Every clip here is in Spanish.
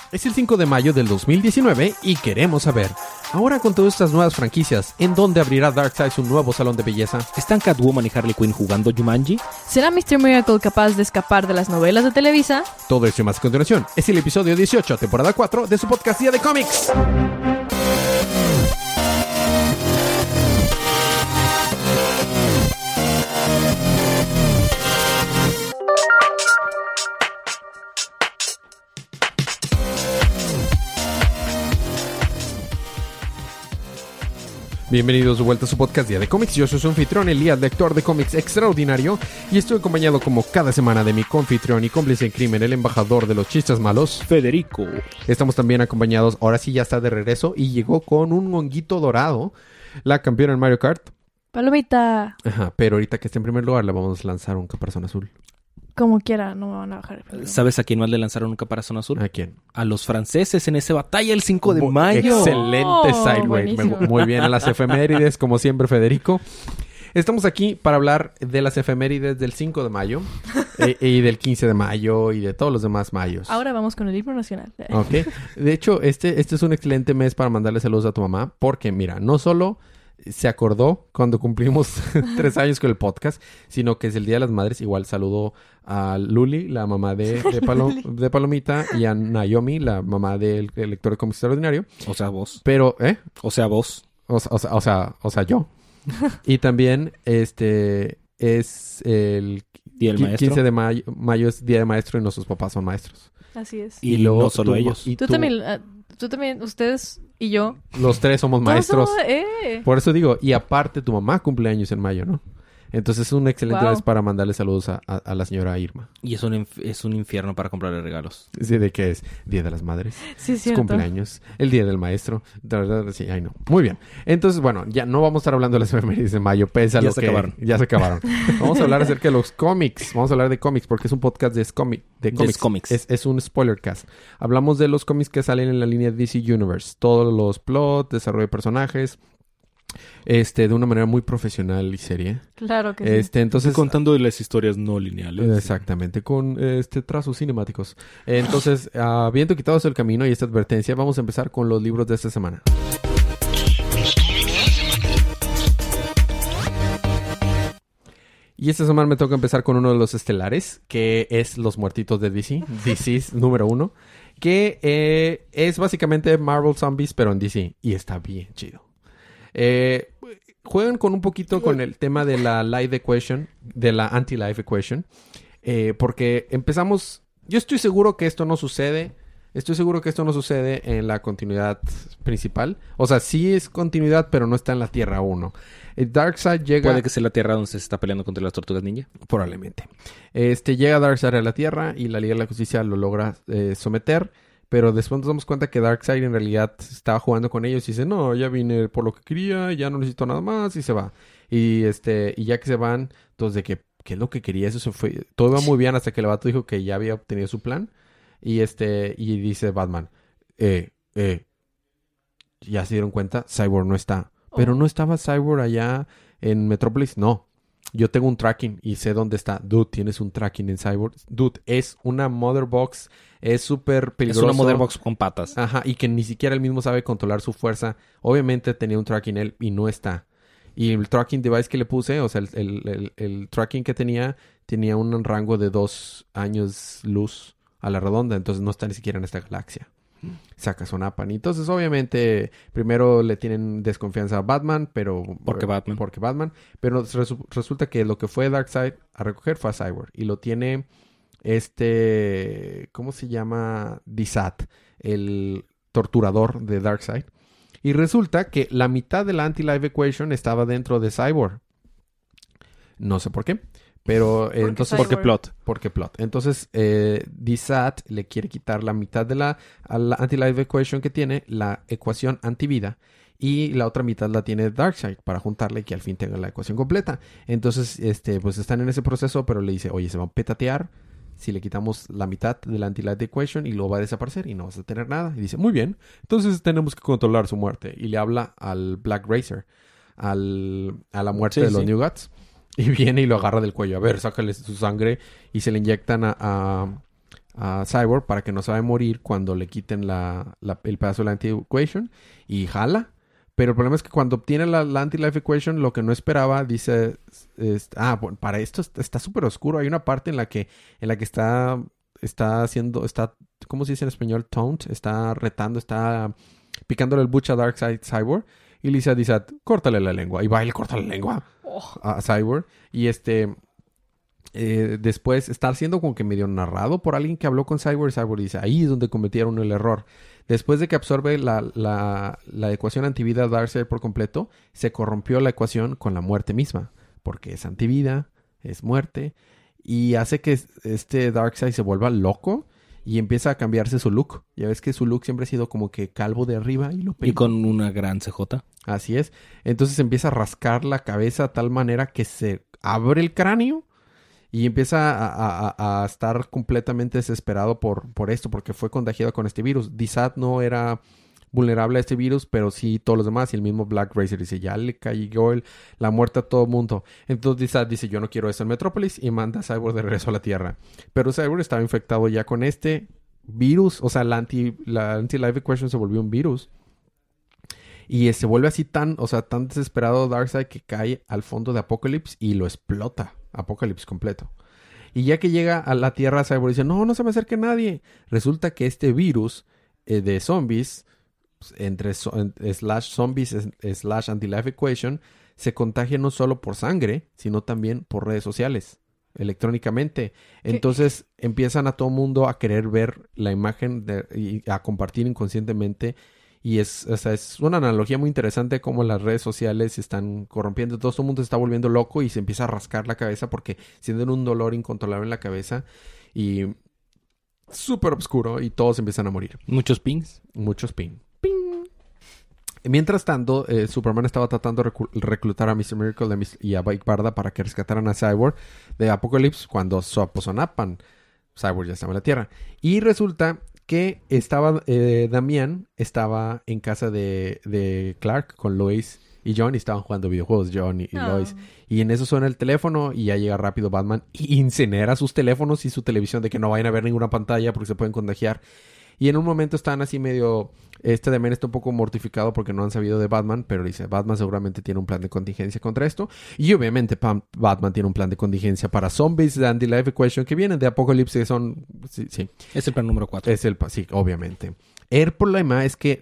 Es el 5 de mayo del 2019 y queremos saber, ahora con todas estas nuevas franquicias, ¿en dónde abrirá Darkseid su nuevo salón de belleza? ¿Están Catwoman y Harley Quinn jugando Jumanji? ¿Será Mr. Miracle capaz de escapar de las novelas de Televisa? Todo esto y más a continuación. Es el episodio 18, temporada 4 de su podcast Día de Cómics. Bienvenidos de vuelta a su podcast Día de Cómics. Yo soy su anfitrión, Elías, lector de cómics extraordinario, y estoy acompañado como cada semana de mi confitrión y cómplice en crimen, el embajador de los chistes malos, Federico. Estamos también acompañados, ahora sí ya está de regreso, y llegó con un honguito dorado, la campeona en Mario Kart. Palomita. Ajá, pero ahorita que esté en primer lugar le vamos a lanzar un caparazón azul. Como quiera, no me van a bajar el problema. ¿Sabes a quién más le lanzaron un caparazón azul? ¿A quién? A los franceses en esa batalla el 5 de mayo. Excelente Sideway. Buenísimo. Muy bien, a las efemérides, como siempre, Federico. Estamos aquí para hablar de las efemérides del 5 de mayo y del 15 de mayo y de todos los demás mayos. Ahora vamos con el himno nacional. Ok. De hecho, este es un excelente mes para mandarle saludos a tu mamá porque, mira, no solo se acordó cuando cumplimos 3 años con el podcast, sino que es el Día de las Madres. Igual saludo a Luli, la mamá de Palomita, y a Naomi, la mamá del lector de cómics extraordinario. O sea, vos. Pero, O sea, vos. O sea, yo. Y también, es el Día del maestro. 15 de mayo es Día de Maestro y nuestros papás son maestros. Así es. Y no solo ellos. Tú también, ustedes y yo. Los tres somos maestros. Todos, Por eso digo, y aparte tu mamá cumple años en mayo, ¿no? Entonces es un excelente Wow. mes para mandarle saludos a la señora Irma. Y es un infierno para comprarle regalos. Sí, ¿de qué es? Día de las Madres. Sí, es Es cierto. cumpleaños. El Día del Maestro. Sí, ay no. Muy bien. Entonces, bueno, ya no vamos a estar hablando de las efemérides de mayo, pese a Ya lo se que... acabaron. Ya se acabaron. Vamos a hablar acerca de los cómics. Vamos a hablar de cómics porque es un podcast de cómics. cómics. Es un spoiler cast. Hablamos de los cómics que salen en la línea DC Universe. Todos los plots, desarrollo de personajes... de una manera muy profesional y seria. Claro que sí. Entonces... Contando de las historias no lineales. Exactamente, con trazos cinemáticos. Entonces, habiendo quitado eso el camino y esta advertencia, vamos a empezar con los libros de esta semana. Y esta semana me toca empezar con uno de los estelares, que es Los Muertitos de DC. DC's número 1. Que es básicamente Marvel Zombies, pero en DC. Y está bien chido. Juegan con un poquito con el tema de la life equation, de la anti-life equation, porque empezamos... Yo estoy seguro que esto no sucede. Estoy seguro que esto no sucede en la continuidad principal. O sea, sí es continuidad, pero no está en la Tierra 1. Darkseid llega... Puede que sea la Tierra donde se está peleando contra las Tortugas Ninja. Probablemente. Llega Darkseid a la Tierra y la Liga de la Justicia lo logra someter. Pero después nos damos cuenta que Darkseid en realidad estaba jugando con ellos y dice, no, ya vine por lo que quería, ya no necesito nada más, y se va. Y ya que se van, entonces de que, ¿qué es lo que quería? Eso se fue. Todo iba muy bien hasta que el vato dijo que ya había obtenido su plan. Y dice Batman, ya se dieron cuenta, Cyborg no está. Pero no estaba Cyborg allá en Metrópolis, no. Yo tengo un tracking y sé dónde está. Dude, tienes un tracking en Cyborg. Dude, es una Mother Box. Es súper peligroso. Es una Mother Box con patas. Ajá, y que ni siquiera él mismo sabe controlar su fuerza. Obviamente tenía un tracking él y no está. Y el tracking device que le puse, o sea, el tracking que tenía un rango de 2 años luz a la redonda. Entonces no está ni siquiera en esta galaxia. Saca Sonapan. Entonces, obviamente, primero le tienen desconfianza a Batman, pero... Porque Batman. Pero resulta que lo que fue Darkseid a recoger fue a Cyborg. Y lo tiene ¿cómo se llama? Desat, el torturador de Darkseid. Y resulta que la mitad de la anti-life equation estaba dentro de Cyborg. No sé por qué. Pero entonces... Porque plot. Entonces, Desat le quiere quitar la mitad de la anti-life equation que tiene, la ecuación antivida, y la otra mitad la tiene Darkseid para juntarle y que al fin tenga la ecuación completa. Entonces, pues están en ese proceso, pero le dice, oye, se va a petatear si le quitamos la mitad de la anti-life equation y luego va a desaparecer y no vas a tener nada. Y dice, muy bien, entonces tenemos que controlar su muerte. Y le habla al Black Racer, a la muerte de los New Gods. Y viene y lo agarra del cuello. A ver, sácale su sangre. Y se le inyectan a a Cyborg para que no se vaya a morir cuando le quiten el pedazo de la Anti-Equation y jala. Pero el problema es que cuando obtiene la Anti-Life Equation, lo que no esperaba, dice... bueno, para esto está súper oscuro. Hay una parte en la que está haciendo... ¿Cómo se dice en español? Taunt. Está retando, está picándole el buche a Darkseid Cyborg. Y Lisa dice, córtale la lengua. Y va y le corta la lengua a Cyborg. Y después está siendo como que medio narrado por alguien que habló con Cyborg. Cyborg dice, ahí es donde cometieron el error. Después de que absorbe la ecuación antivida Darkseid por completo, se corrompió la ecuación con la muerte misma. Porque es antivida, es muerte. Y hace que Darkseid se vuelva loco y empieza a cambiarse su look. Ya ves que su look siempre ha sido como que calvo de arriba y con una gran CJ. Así es. Entonces empieza a rascar la cabeza de tal manera que se abre el cráneo. Y empieza a estar completamente desesperado por esto, porque fue contagiado con este virus. Dizat no era vulnerable a este virus, pero sí todos los demás. Y el mismo Black Racer dice, ya le cayó la muerte a todo el mundo. Entonces Dizat dice, yo no quiero esto en Metrópolis, y manda a Cyborg de regreso a la Tierra. Pero Cyborg estaba infectado ya con este virus. O sea, la Anti-Life Equation se volvió un virus. Y se vuelve así tan desesperado Darkseid que cae al fondo de Apocalypse y lo explota. Apocalypse completo. Y ya que llega a la Tierra, Cyborg dice, no se me acerque nadie. Resulta que este virus de zombies, entre slash zombies slash anti-life equation, se contagia no solo por sangre, sino también por redes sociales, electrónicamente. Entonces empiezan a todo mundo a querer ver la imagen y a compartir inconscientemente. Y es una analogía muy interesante cómo las redes sociales se están corrompiendo. Todo el mundo se está volviendo loco y se empieza a rascar la cabeza porque sienten un dolor incontrolable en la cabeza. Y súper oscuro y todos empiezan a morir. Muchos pings. Muchos ping. Ping. Mientras tanto, Superman estaba tratando de reclutar a Mr. Miracle y a Bike Barda para que rescataran a Cyborg de Apocalypse cuando Soapozonapan. Cyborg ya estaba en la Tierra. Y resulta que Damián estaba en casa de Clark con Lois y John y estaban jugando videojuegos, John y Lois. Y en eso suena el teléfono y ya llega rápido Batman y incinera sus teléfonos y su televisión de que no vayan a ver ninguna pantalla porque se pueden contagiar. Y en un momento están así medio... Damián está un poco mortificado porque no han sabido de Batman, pero dice, Batman seguramente tiene un plan de contingencia contra esto. Y obviamente Batman tiene un plan de contingencia para zombies de Anti-Life Equation que vienen de Apocalypse, que son... Sí. Es el plan número 4. Sí, obviamente. El problema es que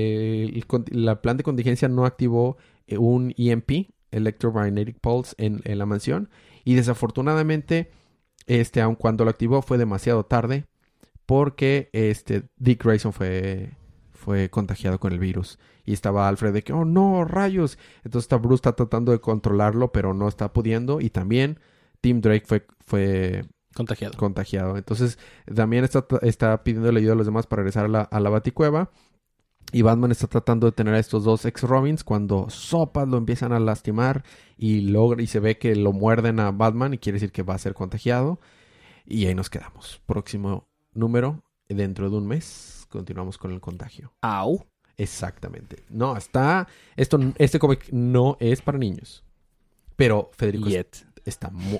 el plan de contingencia no activó un EMP, Electromagnetic Pulse, en la mansión. Y desafortunadamente, aun cuando lo activó, fue demasiado tarde. Porque Dick Grayson fue contagiado con el virus. Y estaba Alfred de que, oh no, rayos. Entonces Bruce está tratando de controlarlo, pero no está pudiendo. Y también Tim Drake fue contagiado. Entonces también está pidiendo ayuda a los demás para regresar a la Baticueva. Y Batman está tratando de tener a estos dos ex-Robins cuando sopas lo empiezan a lastimar. Y se ve que lo muerden a Batman y quiere decir que va a ser contagiado. Y ahí nos quedamos. Próximo número, dentro de un mes, continuamos con el contagio. ¡Au! Exactamente. No, este cómic no es para niños. Pero Federico está muy...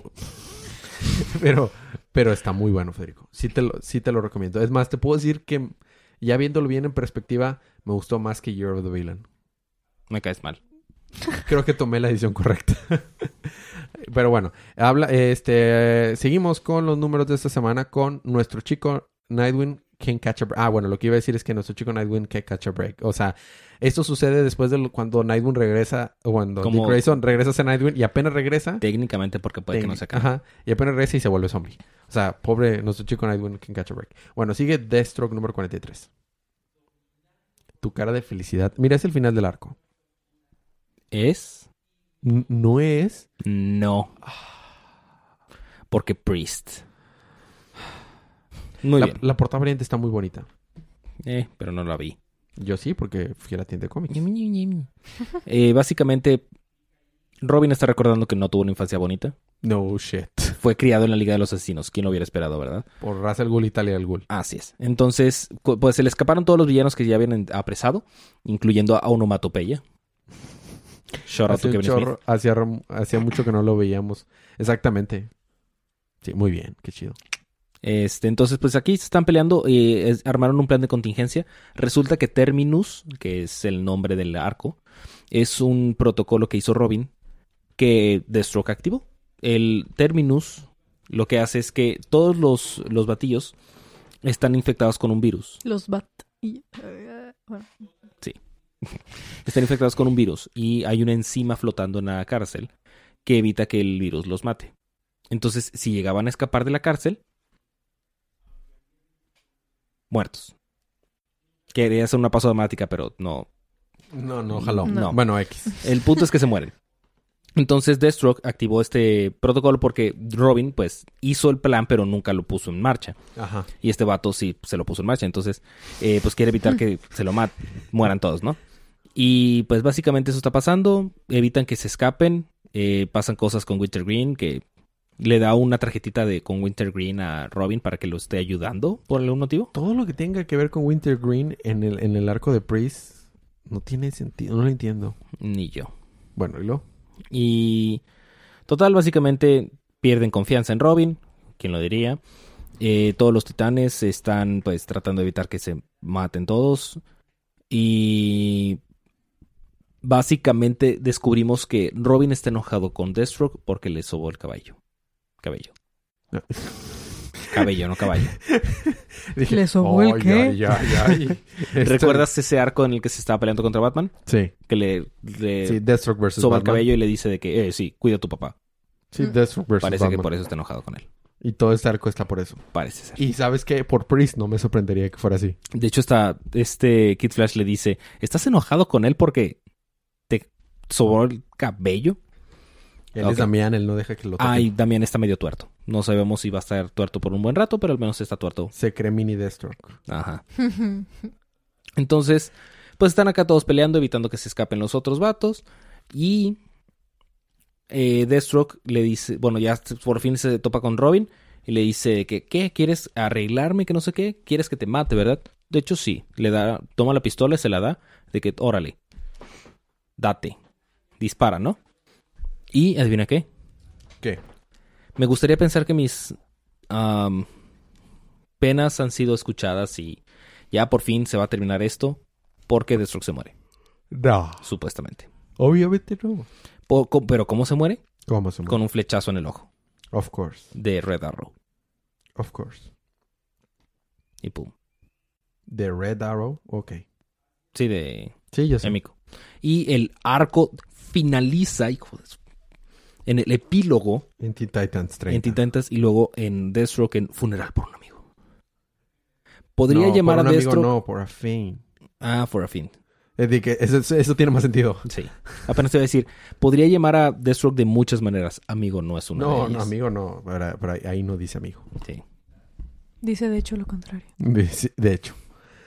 pero está muy bueno, Federico. Sí te lo recomiendo. Es más, te puedo decir que ya viéndolo bien en perspectiva, me gustó más que Year of the Villain. Me caes mal. Creo que tomé la decisión correcta. Pero bueno, seguimos con los números de esta semana con nuestro chico Nightwing Can't Catch a Break. Bueno, lo que iba a decir es que nuestro chico Nightwing Can't Catch a Break. O sea, esto sucede después de cuando Nightwing regresa, cuando Dick Grayson regresa a ser Nightwing y apenas regresa. Técnicamente porque puede que no se acabe. Ajá. Y apenas regresa y se vuelve zombie. O sea, pobre nuestro chico Nightwing Can't Catch a Break. Bueno, sigue Deathstroke número 43. Tu cara de felicidad. Mira, es el final del arco. ¿Es? ¿No es? No. Porque Priest. Muy bien. La portada variante está muy bonita. Pero no la vi. Yo sí, porque fui a la tienda de cómics. Básicamente, Robin está recordando que no tuvo una infancia bonita. No shit. Fue criado en la Liga de los Asesinos. ¿Quién lo hubiera esperado, verdad? Por Ra's al Ghul y Talia al Ghul. Así es. Entonces, pues se le escaparon todos los villanos que ya habían apresado, incluyendo a Onomatopeya. Hacía mucho que no lo veíamos. Exactamente. Sí, muy bien. Qué chido. Entonces, pues aquí se están peleando. Armaron un plan de contingencia. Resulta que Terminus, que es el nombre del arco, es un protocolo que hizo Robin que Deathstroke activó. El Terminus lo que hace es que todos los batillos están infectados con un virus. Los bat... bueno. Sí. Están infectados con un virus y hay una enzima flotando en la cárcel que evita que el virus los mate. Entonces, si llegaban a escapar de la cárcel, muertos. Quería hacer una pausa dramática, pero no. No, jaló. No. Bueno, X. El punto es que se mueren. Entonces Deathstroke activó este protocolo porque Robin, pues, hizo el plan, pero nunca lo puso en marcha. Ajá. Y este vato sí se lo puso en marcha. Entonces, pues quiere evitar que se lo mueran todos, ¿no? Y pues básicamente eso está pasando. Evitan que se escapen. Pasan cosas con Wintergreen que le da una tarjetita con Wintergreen a Robin para que lo esté ayudando por algún motivo. Todo lo que tenga que ver con Wintergreen en el arco de Priest no tiene sentido. No lo entiendo. Ni yo. Bueno, ¿y luego? Y total, básicamente pierden confianza en Robin. ¿Quién lo diría? Todos los titanes están pues tratando de evitar que se maten todos. Y básicamente descubrimos que Robin está enojado con Deathstroke porque le sobó el cabello. No. Cabello, no caballo. Dije, ¿Le sobó el qué? Ay. ¿Recuerdas ese arco en el que se estaba peleando contra Batman? Sí. Que le Sí, Deathstroke versus soba el Batman. cabello y le dice de que, sí, cuida a tu papá. Sí, Deathstroke versus Parece Batman. que por eso está enojado con él. Y todo este arco está por eso. Parece ser. Y ¿sabes qué? Por Priest no me sorprendería que fuera así. De hecho, Kid Flash le dice, ¿estás enojado con él porque te sobó el cabello? Él Ok. es Damián, él no deja que lo toque. Y Damián está medio tuerto. No sabemos si va a estar tuerto por un buen rato, pero al menos está tuerto. Se cree mini Deathstroke. Ajá. Entonces, pues están acá todos peleando, evitando que se escapen los otros vatos. Y Deathstroke le dice, bueno, ya por fin se topa con Robin y le dice que, ¿qué? ¿Quieres arreglarme? Que no sé qué. ¿Quieres que te mate, verdad? De hecho, sí. Toma la pistola y se la da. De que, órale. Date. Dispara, ¿no? Y, ¿adivina qué? ¿Qué? Me gustaría pensar que mis penas han sido escuchadas y ya por fin se va a terminar esto porque Deathstroke se muere, No. supuestamente. Obviamente no. Pero ¿cómo se muere? ¿Cómo se Con un flechazo en el ojo Of course. de Red Arrow. Of course. Y pum. The Red Arrow. Ok. Sí, de Sí, yo sé. Emiko. Y el arco finaliza, hijo de en el epílogo En Teen Titans 30. en Teen Titans y luego en Deathstroke en Funeral por un amigo. Podría llamar por a un Deathstroke... amigo no, por a Fiend. For a Fiend. Es de que eso tiene más sentido. Sí. Apenas te voy a decir, podría llamar a Deathstroke de muchas maneras. Amigo no es una de No, ellas. amigo no. Pero ahí no dice amigo. Sí. Dice de hecho lo contrario. De hecho.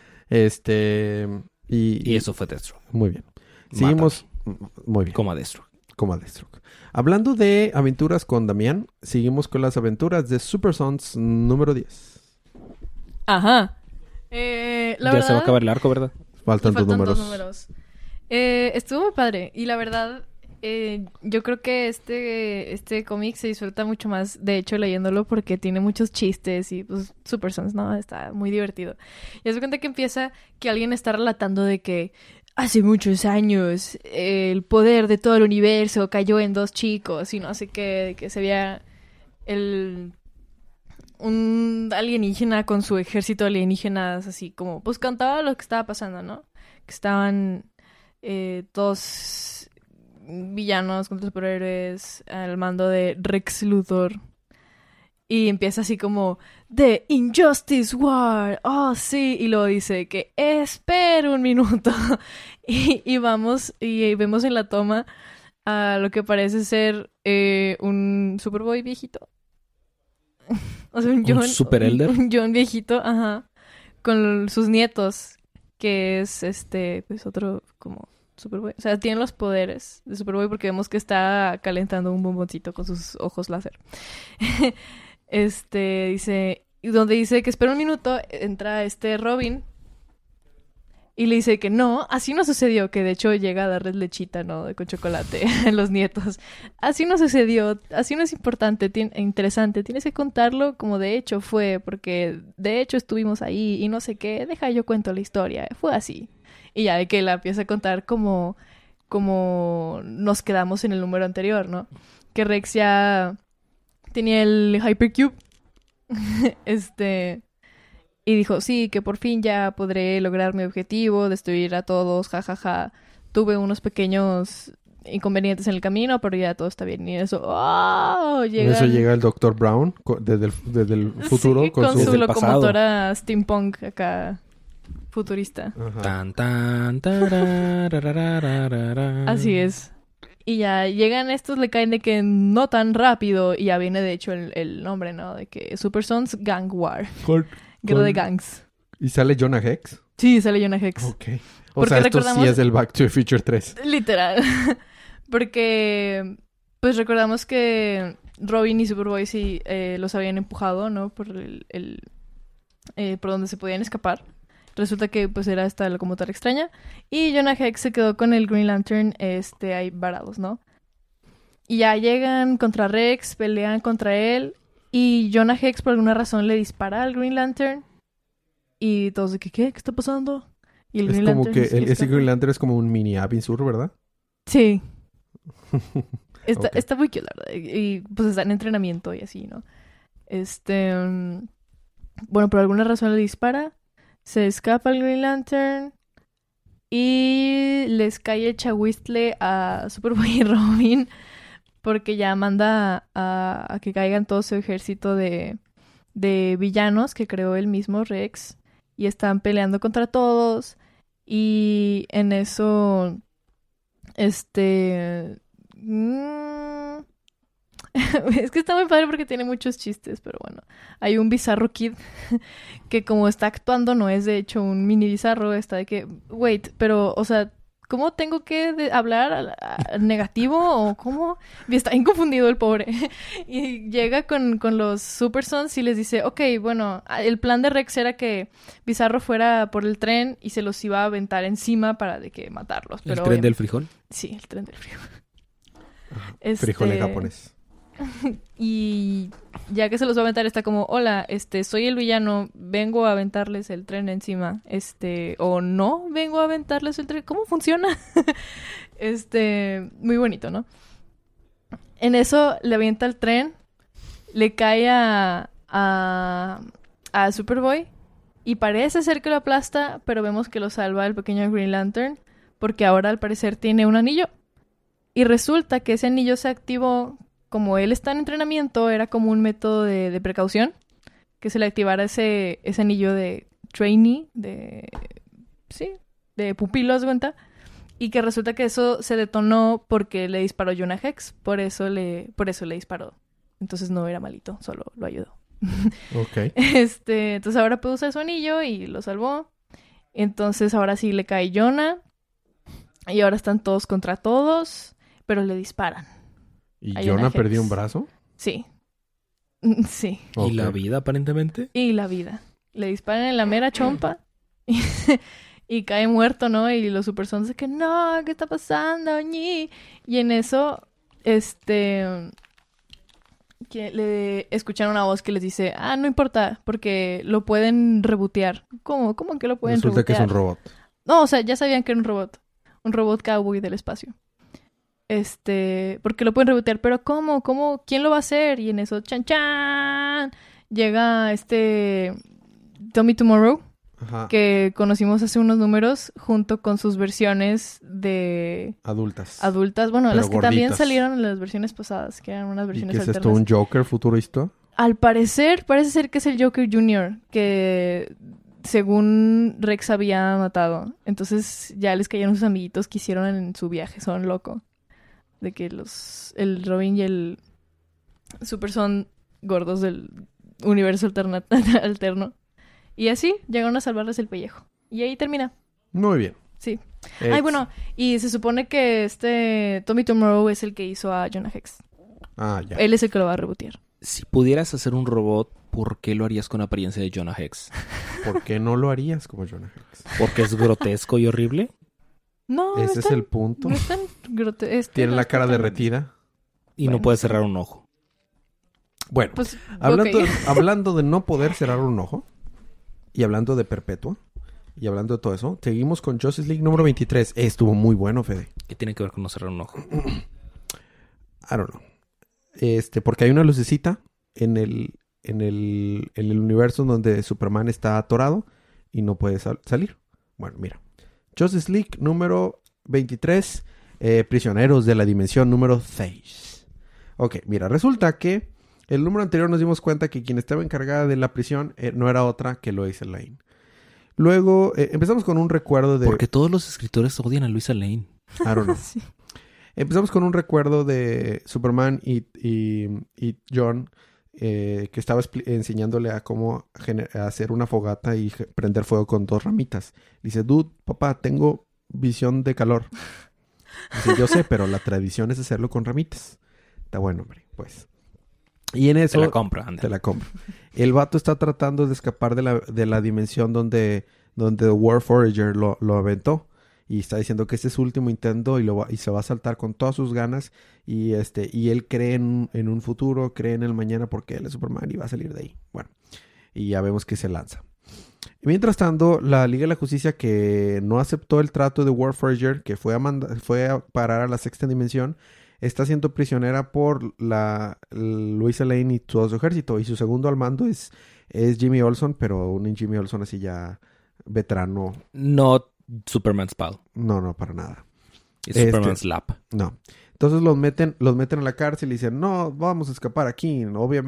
Y Y eso fue Deathstroke. Muy bien. Seguimos. Muy bien. Como a Deathstroke. Como a Deathstroke. Hablando de aventuras con Damián, seguimos con las aventuras de Super Sons número 10. Ajá. Ya se va a acabar el arco, ¿verdad? Faltan dos números. 2 números. Estuvo muy padre. Y la verdad, yo creo que este cómic se disfruta mucho más, de hecho, leyéndolo porque tiene muchos chistes y pues Super Sons, ¿no? Está muy divertido. Y se cuenta que empieza que alguien está relatando de que hace muchos años el poder de todo el universo cayó en 2 chicos y no sé qué, que se veía un alienígena con su ejército de alienígenas, así como, pues cantaba lo que estaba pasando, ¿no? Que estaban 2 villanos contra superhéroes al mando de Rex Luthor. Y empieza así como, The Injustice War, oh sí, y luego dice que espera un minuto. y vamos, y vemos en la toma a lo que parece ser un Superboy viejito. O sea, un John. ¿Un Super Elder? Un John viejito, ajá. Con sus nietos. Que es pues otro como Superboy. O sea, tiene los poderes de Superboy porque vemos que está calentando un bomboncito con sus ojos láser. Dice. Y donde dice que espera un minuto, entra Robin. Y le dice que no, así no sucedió, que de hecho llega a darles lechita, ¿no? Con chocolate a los nietos. Así no sucedió, así no es importante, interesante. Tienes que contarlo como de hecho fue, porque de hecho estuvimos ahí y no sé qué. Deja, yo cuento la historia. Fue así. Y ya de que la empieza a contar como nos quedamos en el número anterior, ¿no? Que Rex ya tenía el Hypercube. Y dijo, sí, que por fin ya podré lograr mi objetivo, destruir a todos, jajaja. Tuve unos pequeños inconvenientes en el camino, pero ya todo está bien. Y eso, ¡oh! En eso llega el Dr. Brown desde el futuro. Sí, con su Desde el locomotora steampunk acá, futurista. Ajá. Tan, tan, tarararararara. Así es. Y ya llegan estos, le caen de que no tan rápido. Y ya viene de hecho el nombre, ¿no? De que Super Sons Gang War. Guerra de gangs. ¿Y sale Jonah Hex? Sí, sale Jonah Hex. Ok. O Porque sea, esto recordamos- sí es del Back to the Future 3. Literal. Porque, pues recordamos que Robin y Superboy sí los habían empujado, ¿no? Por por donde se podían escapar. Resulta que pues era esta locomotora extraña. Y Jonah Hex se quedó con el Green Lantern ahí varados, ¿no? Y ya llegan contra Rex, pelean contra él. Y Jonah Hex por alguna razón le dispara al Green Lantern. Y todos de que, ¿qué? ¿Qué está pasando? Y el Es Green como Lantern que se ese escapa. Green Lantern es como un mini Abin-Sur, ¿verdad? Sí. Ok. Está muy cute, la verdad. Y pues está en entrenamiento y así, ¿no? Bueno, por alguna razón le dispara. Se escapa el Green Lantern. Y les cae el chahuistle a Superboy y Robin. Porque ya manda a que caigan todo su ejército de villanos que creó el mismo Rex. Y están peleando contra todos. Y en eso... Es que está muy padre porque tiene muchos chistes, pero bueno. Hay un Bizarro Kid que como está actuando no es de hecho un mini Bizarro, está de que, wait, pero, o sea, ¿cómo tengo que hablar negativo o cómo? Y está bien confundido el pobre. Y llega con los Super Sons y les dice, ok, bueno, el plan de Rex era que Bizarro fuera por el tren y se los iba a aventar encima para de que matarlos. ¿El Pero tren del frijol? Sí, el tren del frío. Frijol en japonés. Y ya que se los va a aventar, está como, hola, soy el villano, vengo a aventarles el tren encima. O no vengo a aventarles el tren. ¿Cómo funciona? Muy bonito, ¿no? En eso le avienta el tren, le cae a Superboy y parece ser que lo aplasta, pero vemos que lo salva el pequeño Green Lantern porque ahora al parecer tiene un anillo. Y resulta que ese anillo se activó, como él está en entrenamiento, era como un método de precaución, que se le activara ese anillo de trainee, de pupilo, haz de cuenta, y que resulta que eso se detonó porque le disparó Jonah Hex, por eso le disparó. Entonces no era malito, solo lo ayudó. Ok. Entonces ahora puede usar su anillo y lo salvó. Entonces ahora sí le cae Jonah. Y ahora están todos contra todos, pero le disparan. ¿Y a Jonah Jonah perdió Hex. un brazo? Sí. Sí. Ok. ¿Y la vida, aparentemente? Y la vida. Le disparan en la mera chompa y cae muerto, ¿no? Y los Super Sons de que no, ¿qué está pasando? Ñi? Y en eso, que le escucharon una voz que les dice, no importa, porque lo pueden rebotear. ¿Cómo que lo pueden Resulta que rebotear? es un robot. No, o sea, ya sabían que era un robot cowboy del espacio. Porque lo pueden rebotear, pero ¿cómo? ¿Quién lo va a hacer? Y en eso, chan chan, llega Tommy Tomorrow, Ajá. que conocimos hace unos números, junto con sus versiones de Adultas. bueno, Pero las que también gorditas. salieron en las versiones pasadas, que eran unas ¿Y versiones qué es alternas. esto? ¿Un Joker futurista? Al parecer, parece ser que es el Joker Jr., que según Rex había matado. Entonces ya les cayeron sus amiguitos que hicieron en su viaje. Son locos. De que el Robin y el Super son gordos del universo alterno. Y así llegaron a salvarles el pellejo. Y ahí termina. Muy bien. Sí. Ay, bueno, y se supone que Tommy Tomorrow es el que hizo a Jonah Hex. Ah, ya. Él es el que lo va a rebotear. Si pudieras hacer un robot ¿Por qué lo harías con apariencia de Jonah Hex? ¿Por qué no lo harías como Jonah Hex? ¿Porque es grotesco y horrible? No, Ese es el punto. No es tan Tiene la cara derretida. Y Bueno, no puede sí. cerrar un ojo. Bueno, Pues, hablando, ok. hablando de no poder cerrar un ojo, y hablando de Perpetua, y hablando de todo eso, seguimos con Justice League número 23. Estuvo muy bueno, Fede. ¿Qué tiene que ver con no cerrar un ojo? I don't know. Porque hay una lucecita en el universo donde Superman está atorado y no puede salir. Bueno, mira. Justice League número 23. Prisioneros de la dimensión número 6. Ok, mira, resulta que el número anterior nos dimos cuenta que quien estaba encargada de la prisión no era otra que Lois Lane. Luego empezamos con un recuerdo de... Porque todos los escritores odian a Luisa Lane. I don't know. Sí. Empezamos con un recuerdo de Superman y John que estaba enseñándole a cómo hacer una fogata y prender fuego con 2 ramitas. Dice, dude, papá, tengo visión de calor. Dice, yo sé, pero la tradición es hacerlo con ramitas. Está bueno, hombre, pues. Y en eso... Te la compra, anda. Te la compro. El vato está tratando de escapar de la dimensión donde War Forager lo aventó. Y está diciendo que este es su último intento y se va a saltar con todas sus ganas. Y él cree en un futuro, cree en el mañana porque él es Superman y va a salir de ahí. Bueno, y ya vemos que se lanza. Mientras tanto, la Liga de la Justicia, que no aceptó el trato de War Forager, que fue a parar a la 6ª dimensión, está siendo prisionera por Lois Lane y todo su ejército. Y su segundo al mando es Jimmy Olsen, pero un Jimmy Olsen así ya veterano. No Superman's pal. No, para nada. Es Superman's lap. No. Entonces los meten a la cárcel y dicen, no, vamos a escapar aquí.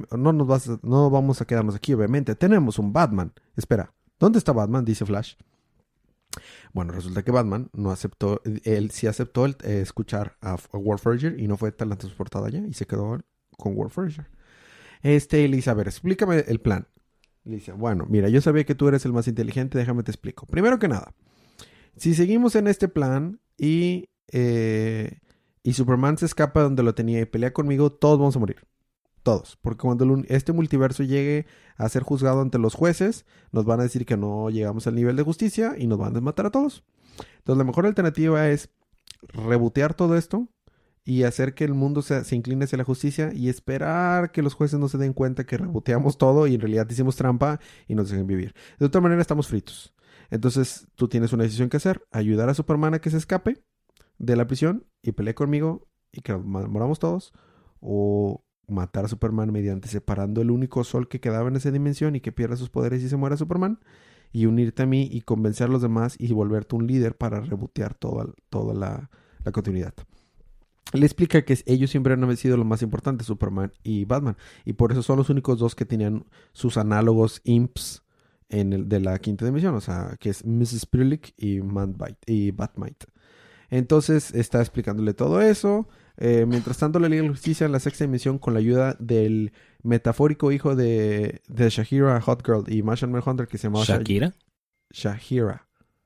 No vamos a quedarnos aquí, obviamente. Tenemos un Batman. Espera, ¿dónde está Batman? Dice Flash. Bueno, resulta que Batman no aceptó, él sí aceptó escuchar a War Forager y no fue transportado allá y se quedó con War Forager. Le dice, a ver, explícame el plan. Le dice, bueno, mira, yo sabía que tú eres el más inteligente, déjame te explico. Primero que nada, si seguimos en este plan y Superman se escapa donde lo tenía y pelea conmigo, todos vamos a morir. Todos. Porque cuando este multiverso llegue a ser juzgado ante los jueces, nos van a decir que no llegamos al nivel de justicia y nos van a matar a todos. Entonces la mejor alternativa es rebotear todo esto y hacer que el mundo se incline hacia la justicia y esperar que los jueces no se den cuenta que reboteamos todo y en realidad hicimos trampa y nos dejen vivir. De otra manera estamos fritos. Entonces tú tienes una decisión que hacer. Ayudar a Superman a que se escape de la prisión y pelee conmigo y que moramos todos. O matar a Superman mediante separando el único sol que quedaba en esa dimensión y que pierda sus poderes y se muera Superman. Y unirte a mí y convencer a los demás y volverte un líder para rebotear toda la continuidad. Le explica que ellos siempre han sido lo más importante, Superman y Batman. Y por eso son los únicos dos que tenían sus análogos imps de la 5ª dimensión. O sea, que es Mrs. Spurlick y Batmite. Entonces está explicándole todo eso. Mientras tanto, la Liga de la Justicia en la 6ª dimensión, con la ayuda del metafórico hijo de Shahira Hot Girl y Martian Manhunter, que se llamaba ¿Shakira? Shahira.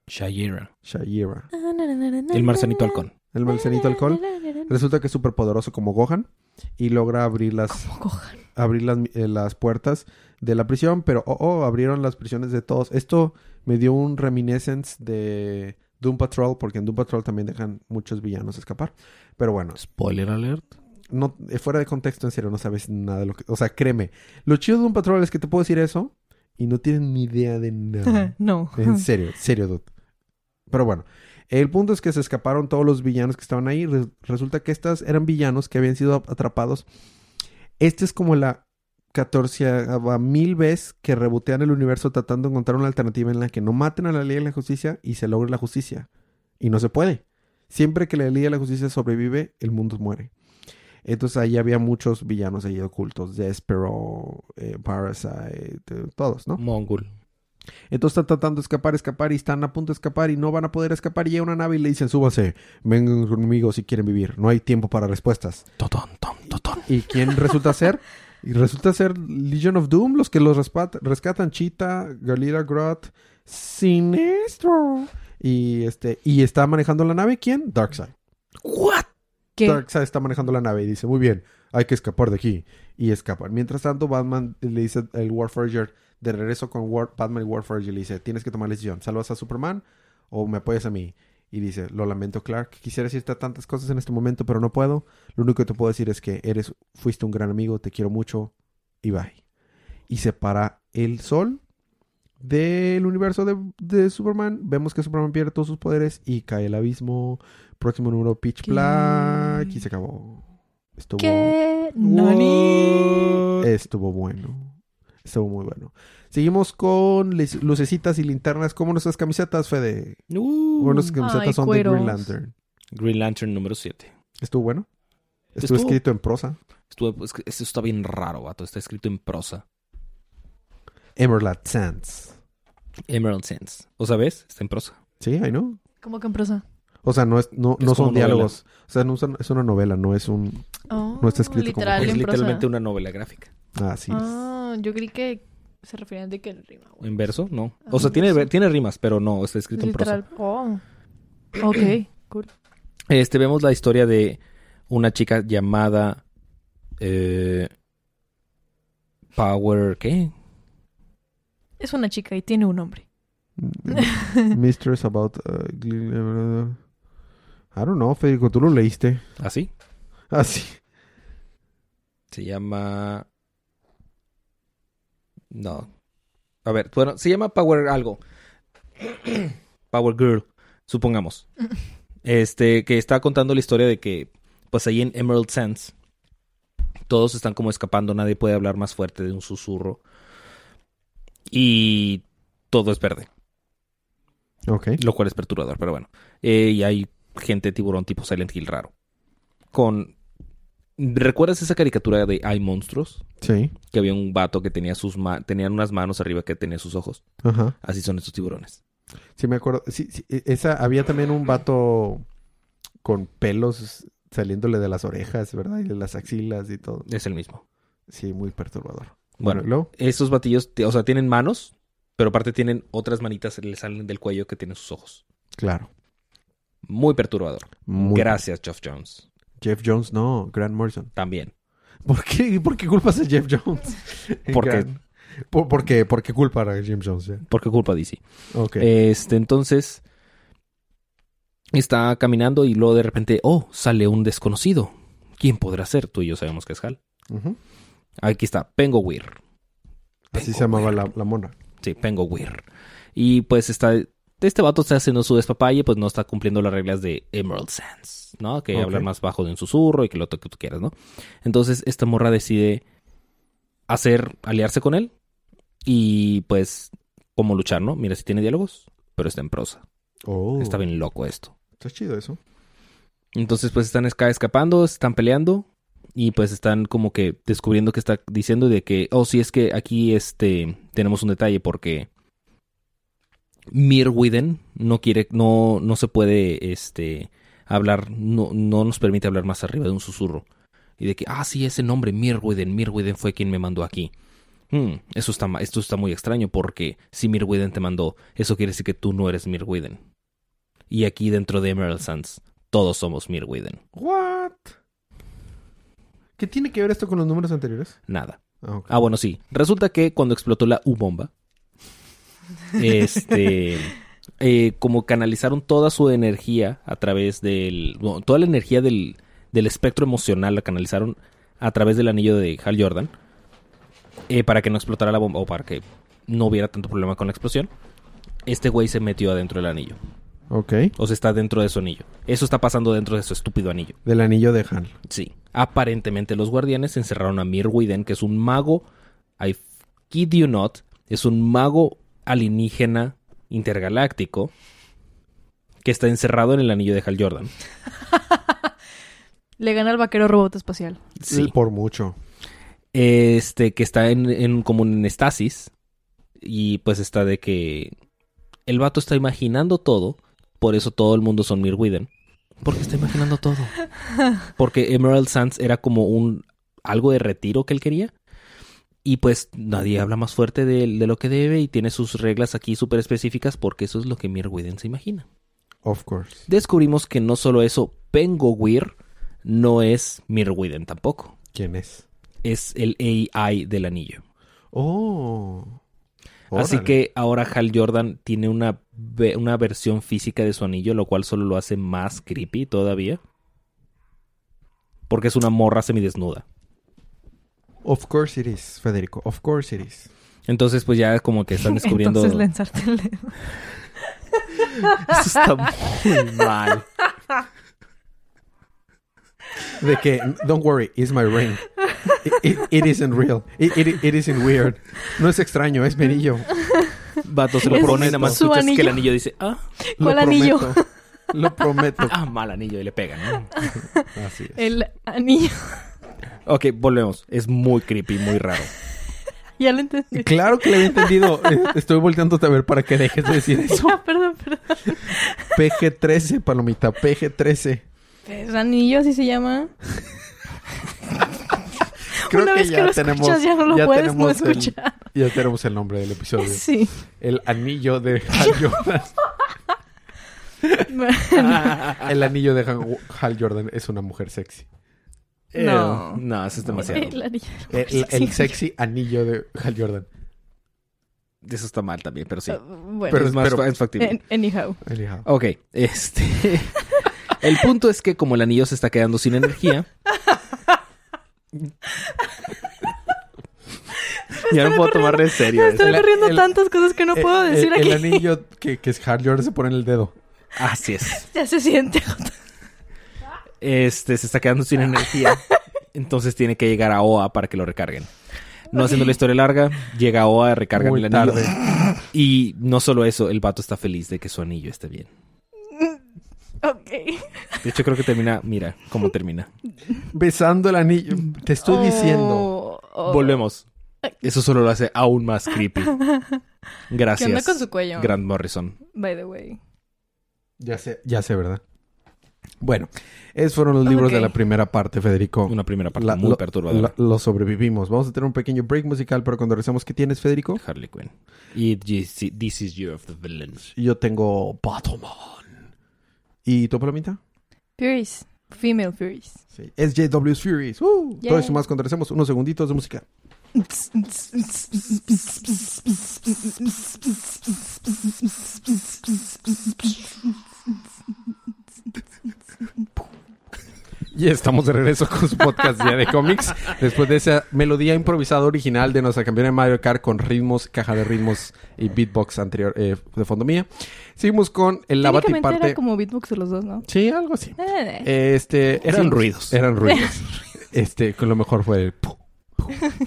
El marcianito halcón. El marcianito alcohol. Resulta que es súper poderoso como Gohan y logra abrir las puertas de la prisión, pero abrieron las prisiones de todos. Esto me dio un reminiscence de Doom Patrol, porque en Doom Patrol también dejan muchos villanos escapar. Pero bueno. Spoiler alert. No, fuera de contexto, en serio, no sabes nada de lo que... O sea, créeme. Lo chido de Doom Patrol es que te puedo decir eso y no tienes ni idea de nada. No. En serio, dude. Pero bueno. El punto es que se escaparon todos los villanos que estaban ahí. Resulta que estas eran villanos que habían sido atrapados. Este es como la 14,000 vez que rebotean el universo tratando de encontrar una alternativa en la que no maten a la Liga de la Justicia y se logre la justicia. Y no se puede. Siempre que la Liga de la Justicia sobrevive, el mundo muere. Entonces ahí había muchos villanos ahí ocultos. Despero, Parasite, todos, ¿no? Mongul. Entonces están tratando de escapar y están a punto de escapar y no van a poder escapar y llega una nave y le dicen, súbanse, vengan conmigo si quieren vivir, no hay tiempo para respuestas. Totón. ¿Y quién resulta ser? Y resulta ser Legion of Doom, los que los rescatan, Cheetah, Galila Groth, Sinestro. Y está manejando la nave, ¿quién? Darkseid. ¿What? ¿Qué? Darkseid está manejando la nave y dice, muy bien, hay que escapar de aquí. Y escapan. Mientras tanto, Batman le dice al Warforger, de regreso con Batman y Warforger, le dice, tienes que tomar la decisión. ¿Salvas a Superman o me apoyas a mí? Y dice, lo lamento, Clark. Quisiera decirte tantas cosas en este momento, pero no puedo. Lo único que te puedo decir es que fuiste un gran amigo, te quiero mucho y bye. Y separa el sol del universo de Superman. Vemos que Superman pierde todos sus poderes y cae al abismo. Próximo número, Pitch Black. Y se acabó. Estuvo... ¿Qué? ¡Nani! Estuvo bueno. Estuvo muy bueno. Seguimos con lucecitas y linternas como nuestras camisetas, Fede. Bueno, nuestras camisetas son cueros. de Green Lantern. Green Lantern número 7. ¿Estuvo bueno? Estuvo escrito en prosa. Esto está bien raro, vato. Está escrito en prosa. Emerald Sands. Emerald Sands. ¿O sabes? Está en prosa. Sí, ahí no. ¿Cómo que en prosa? O sea, no son como diálogos. O sea, es una novela, no es un... Oh, No está escrito como- literal Es en literalmente prosa. una novela gráfica. Así es. Ah, yo creí que se referían de que rima, güey. ¿En verso? No. Ah, O sea, en verso. tiene rimas, pero no, está escrito en prosa. Literal. Oh. Ok, cool. Vemos la historia de una chica llamada Power... ¿Qué? Es una chica y tiene un nombre. Mistress about... I don't know, Federico, tú lo leíste. ¿Así? Ah, sí. Se llama... No. A ver, bueno, se llama Power algo. Power Girl, supongamos. Que está contando la historia de que, pues ahí en Emerald Sands, todos están como escapando, nadie puede hablar más fuerte de un susurro. Y todo es verde, Ok. lo cual es perturbador, pero bueno. Y hay gente tiburón tipo Silent Hill raro. ¿Recuerdas esa caricatura de Hay Monstruos? Sí. Que había un vato que tenía tenían unas manos arriba que tenía sus ojos. Ajá. Así son estos tiburones. Sí, me acuerdo. Sí, había también un vato con pelos saliéndole de las orejas, ¿verdad? Y de las axilas y todo. Es el mismo. Sí, muy perturbador. Bueno, ¿y luego? estos batillos, o sea, tienen manos, pero aparte tienen otras manitas que le salen del cuello que tienen sus ojos. Claro. Muy perturbador. Muy- Gracias, Geoff Jones. Jeff Jones, no. Grant Morrison. También. ¿Por qué culpas a Jeff Jones? Porque- ¿Por qué culpar a Jim Jones? Ya? ¿Por qué culpa DC? Ok. Entonces, está caminando y luego de repente, sale un desconocido. ¿Quién podrá ser? Tú y yo sabemos que es Hal. Ujú. Aquí está, Pengo Weir. Así se llamaba la mona. Sí, Pengo Weir. Y pues este vato está haciendo su despapalle, pues no está cumpliendo las reglas de Emerald Sands, ¿no? Que Ok. hablar más bajo de un susurro y que lo que tú quieras, ¿no? Entonces esta morra decide aliarse con él y pues cómo luchar, ¿no? Mira, si tiene diálogos, pero está en prosa. Oh. Está bien loco esto. Está chido eso. Entonces pues están escapando, están peleando y pues están como que descubriendo que está diciendo de que, sí, es que aquí tenemos un detalle porque Mirwiden no quiere, no se puede hablar, no nos permite hablar más arriba de un susurro. Y de que, sí, ese nombre, Mirwiden fue quien me mandó aquí. Esto está muy extraño porque si Mirwiden te mandó, eso quiere decir que tú no eres Mirwiden. Y aquí dentro de Emerald Sands, todos somos Mirwiden. What? ¿Qué tiene que ver esto con los números anteriores? Nada. Ok. Bueno, sí. Resulta que cuando explotó la U-bomba, como canalizaron toda su energía a través toda la energía del espectro emocional la canalizaron a través del anillo de Hal Jordan para que no explotara la bomba o para que no hubiera tanto problema con la explosión. Este güey se metió adentro del anillo. Ok. O sea, está dentro de su anillo. Eso está pasando dentro de su estúpido anillo. Del anillo de Hal. Sí. Aparentemente los guardianes encerraron a Mirwiden, que es un mago, I kid you not, es un mago alienígena intergaláctico que está encerrado en el anillo de Hal Jordan. Le gana al vaquero robot espacial. Sí. Por mucho. Que está como en estasis. Y pues está de que el vato está imaginando todo. Por eso todo el mundo son Mirwiden. Porque está imaginando todo. Porque Emerald Sands era como algo de retiro que él quería. Y pues nadie habla más fuerte de lo que debe y tiene sus reglas aquí súper específicas porque eso es lo que Mirwiden se imagina. Of course. Descubrimos que no solo eso, Pengo Weir no es Mirwiden tampoco. ¿Quién es? Es el AI del anillo. Oh. Así Órale. que ahora Hal Jordan tiene una versión física de su anillo, lo cual solo lo hace más creepy todavía. Porque es una morra semidesnuda. Of course it is, Federico. Of course it is. Entonces, pues ya como que están descubriendo... Entonces lanzarte el dedo. Eso está muy mal. De que, don't worry, it's my ring. It isn't real. It isn't weird. No es extraño, es mi anillo. Vato, se lo Es pone y nada más su escuchas que el anillo. anillo dice... Ah, ¿Cuál Lo anillo? prometo. Lo prometo. mal anillo. Y le pegan, ¿no? Así es. El anillo. Ok, volvemos. Es muy creepy, muy raro. Ya lo entendí. Claro que le había entendido. Estoy volteándote a ver para que dejes de decir eso. Ya, perdón. PG-13, palomita. PG-13. ¿Es anillo así se llama? Creo Una que vez que ya lo tenemos... escuchas ya no lo puedes no tenemos el- escuchar. ya tenemos el nombre del episodio. Sí. El anillo de Hal Jordan. El anillo de Hal Jordan es una mujer sexy. No. No, eso es demasiado. El anillo. El sexy anillo de Hal Jordan. Eso está mal también, pero sí. Bueno, Pero- es más es factible. anyhow. Anyhow. Ok, el punto es que como el anillo se está quedando sin energía... ya no puedo tomar en serio Me eso. estoy ocurriendo el- tantas cosas que no puedo decir aquí. El anillo que es Hal Jordan se pone en el dedo. Así es. Ya se siente. Se está quedando sin energía. Entonces tiene que llegar a OA para que lo recarguen. No haciendo la historia larga, llega a OA, recargan Muy el anillo. tarde. Y no solo eso, el vato está feliz de que su anillo esté bien. Ok. De hecho, creo que termina... Mira cómo termina. Besando el anillo. Te estoy diciendo. Volvemos. Eso solo lo hace aún más creepy. Gracias. ¿Qué onda con su cuello? Grant Morrison. By the way. Ya sé, ¿verdad? Bueno, esos fueron los libros Ok. de la primera parte, Federico. Una primera parte muy perturbadora. Lo sobrevivimos. Vamos a tener un pequeño break musical, pero cuando regresemos, ¿qué tienes, Federico? Harley Quinn. Y This Is Year of the Villains. Yo tengo Batman. ¿Y tu palomita? Furies. Female Furies. Sí. SJW's Furies. Yay. Todo eso y más cuando regresemos. Unos segunditos de música. Y estamos de regreso con su podcast Día de Cómics. Después de esa melodía improvisada original de nuestra campeona de Mario Kart con ritmos, caja de ritmos y beatbox anterior de fondo mía. Seguimos con la Técnicamente batiparte. era como beatbox de los dos, ¿no? Sí, algo así. Eran ruidos. Eran ruidos. Con lo mejor fue el pu, pu.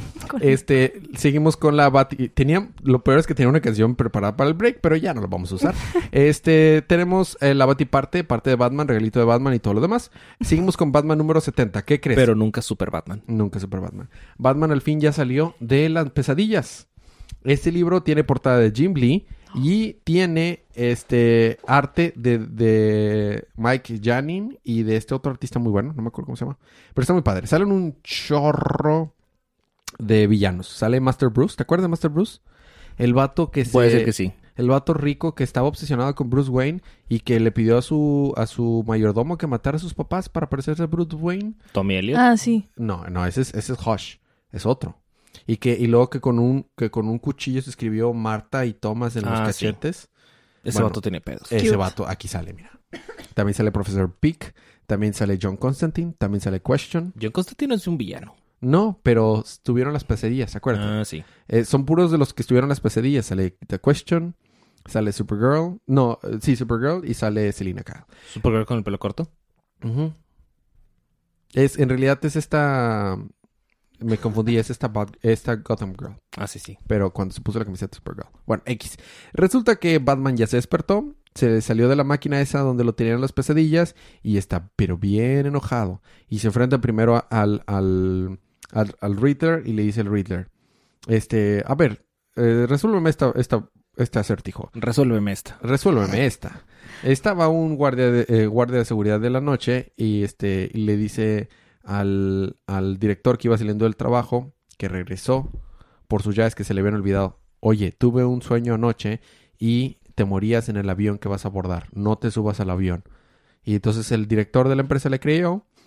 Seguimos con la lo peor es que tenía una canción preparada para el break, pero ya no la vamos a usar. Tenemos la batiparte, parte de Batman, regalito de Batman y todo lo demás. Seguimos con Batman número 70. ¿Qué crees? Pero nunca Super Batman. Nunca Super Batman. Batman al fin ya salió de las pesadillas. Este libro tiene portada de Jim Lee y tiene arte de Mike Janin y de este otro artista muy bueno, no me acuerdo cómo se llama, pero está muy padre. Salen un chorro de villanos. Sale Master Bruce, ¿te acuerdas de Master Bruce? El vato que Puede ser que sí. El vato rico que estaba obsesionado con Bruce Wayne y que le pidió a su mayordomo que matara a sus papás para parecerse a Bruce Wayne. Tommy Elliot. Ah, sí. No, ese es Hush. Es otro. Y luego que con un cuchillo se escribió Marta y Thomas en los Sí. cachetes. Ese Bueno, vato tenía pedos. Ese Cute. vato, aquí sale, mira. También sale Profesor Peak. También sale John Constantine. También sale Question. John Constantine es un villano. No, pero tuvieron las pesadillas, acuérdate. Sí. Son puros de los que estuvieron las pesadillas. Sale The Question. Sale Supergirl. No, sí, Supergirl. Y sale Selina Kyle. Supergirl con el pelo corto. Ujú. En realidad es esta... Me confundí. Es esta Gotham Girl. Ah, sí. Pero cuando se puso la camiseta de Supergirl. Bueno, X. Resulta que Batman ya se despertó. Se salió de la máquina esa donde lo tenían las pesadillas. Y está, pero bien enojado. Y se enfrenta primero al Riddler. Y le dice el Riddler. A ver, resuélveme este acertijo. Resuélveme esta. Resuélveme esta. Estaba un guardia de seguridad de la noche. Y le dice al director que iba saliendo del trabajo, que regresó por sus llaves que se le habían olvidado. Oye, tuve un sueño anoche y te morías en el avión que vas a abordar. No te subas al avión. Y entonces el director de la empresa le creyó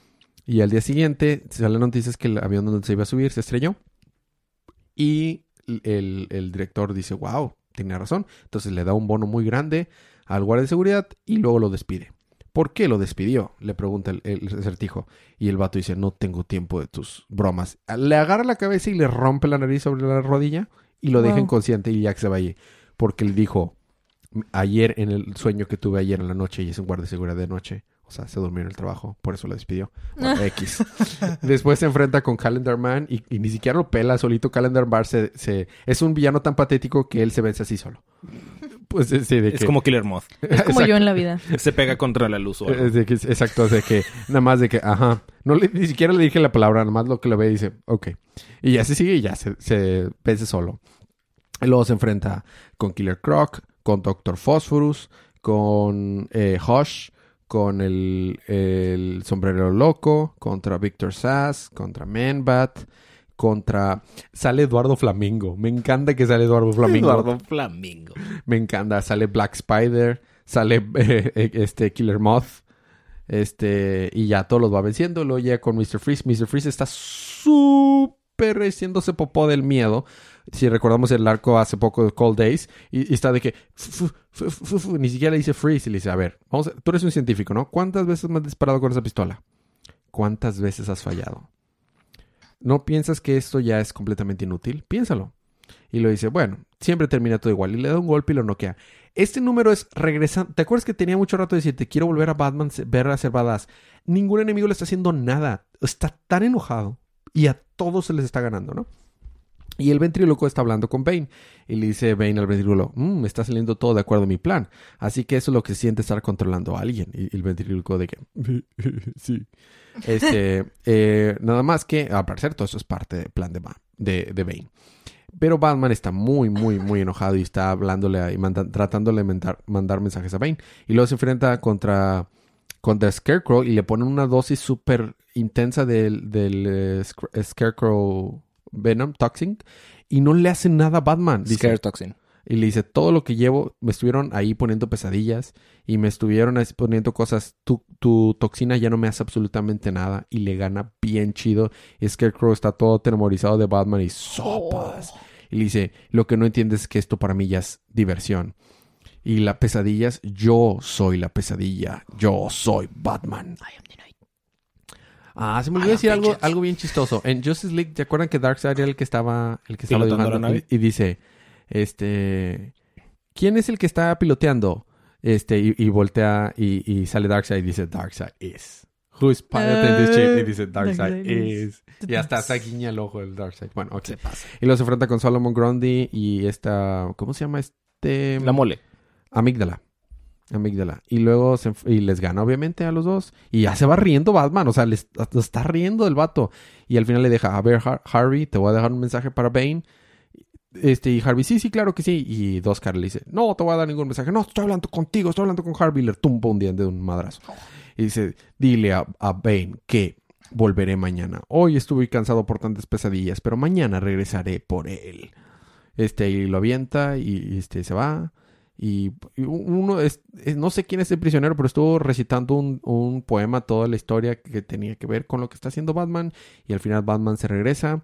Y al día siguiente salen noticias que el avión donde se iba a subir se estrelló. Y el director dice, wow, tenía razón. Entonces le da un bono muy grande al guardia de seguridad y luego lo despide. ¿Por qué lo despidió? Le pregunta el acertijo. Y el vato dice, no tengo tiempo de tus bromas. Le agarra la cabeza y le rompe la nariz sobre la rodilla y lo deja inconsciente y ya que se va allí. Porque él dijo, ayer en el sueño que tuve ayer en la noche, y es un guardia de seguridad de noche, o sea, se durmió en el trabajo, por eso lo despidió. Bueno, X. Después se enfrenta con Calendar Man y ni siquiera lo pela, solito Calendar Man es un villano tan patético que él se vence así solo. Pues sí, es como Killer Moth. Es como yo en la vida. Se pega contra la luz o algo. Exacto, de que nada más de que, ajá, ni siquiera le dije la palabra, nada más lo que lo ve y dice, ok. Y ya se sigue y ya se vence solo. Y luego se enfrenta con Killer Croc, con Dr. Phosphorus, con Hush, con el sombrero loco, contra Victor Sass, contra Man-Bat, sale Eduardo Flamingo. Me encanta que sale Eduardo Flamingo. Me encanta. Sale Black Spider, sale Killer Moth. Y ya todos los va venciendo. Luego llega con Mr. Freeze. Mr. Freeze está súper haciéndose popó del miedo. Si recordamos el arco hace poco de Cold Days. Y está de que... ni siquiera le dice Freeze. Y le dice, a ver, tú eres un científico, ¿no? ¿Cuántas veces me has disparado con esa pistola? ¿Cuántas veces has fallado? ¿No piensas que esto ya es completamente inútil? Piénsalo. Y lo dice, bueno, siempre termina todo igual. Y le da un golpe y lo noquea. Este número es regresando. ¿Te acuerdas que tenía mucho rato de decirte, quiero volver a Batman, ver a hacer badass? Ningún enemigo le está haciendo nada. Está tan enojado. Y a todos se les está ganando, ¿no? Y el ventríloco está hablando con Bane. Y le dice Bane al ventríloco, me está saliendo todo de acuerdo a mi plan. Así que eso es lo que se siente estar controlando a alguien. Y el ventríloco de que, sí. Nada más que, al parecer, todo eso es parte del plan de Bane. Pero Batman está muy, muy, muy enojado y está hablándole tratándole de mandar mensajes a Bane. Y luego se enfrenta contra Scarecrow y le ponen una dosis súper intensa del Scarecrow Venom Toxin y no le hacen nada a Batman. Scare Toxin. Y le dice, todo lo que llevo, me estuvieron ahí poniendo pesadillas y me estuvieron poniendo cosas. Tu toxina ya no me hace absolutamente nada. Y le gana bien chido. Y Scarecrow está todo temorizado de Batman y sopas. Y le dice, lo que no entiendes es que esto para mí ya es diversión. Y las pesadillas, yo soy la pesadilla. Yo soy Batman. I am the night. Se me olvidó decir algo bien chistoso. En Justice League, ¿te acuerdan que Darkseid era el que estaba dibujando? Y dice... ¿quién es el que está piloteando? Y voltea y sale Darkseid y dice, Darkseid is. Who's piloting this ship? Y dice, Darkseid is. Y hasta guiña el ojo del Darkseid. Bueno, ok. Y luego se enfrenta con Solomon Grundy y esta... ¿Cómo se llama La mole. Amígdala. Y luego y les gana obviamente a los dos. Y ya se va riendo Batman. O sea, está riendo el vato. Y al final le deja, a ver, Harvey, te voy a dejar un mensaje para Bane. Y Harvey, sí, claro que sí. Y Oscar le dice, no te voy a dar ningún mensaje. No, estoy hablando contigo, estoy hablando con Harvey. Y le tumba un diente de un madrazo. Y dice, dile a Bane que volveré mañana. Hoy estuve cansado por tantas pesadillas, pero mañana regresaré por él. Y lo avienta y se va. Y uno no sé quién es el prisionero, pero estuvo recitando un poema, toda la historia que tenía que ver con lo que está haciendo Batman. Y al final Batman se regresa.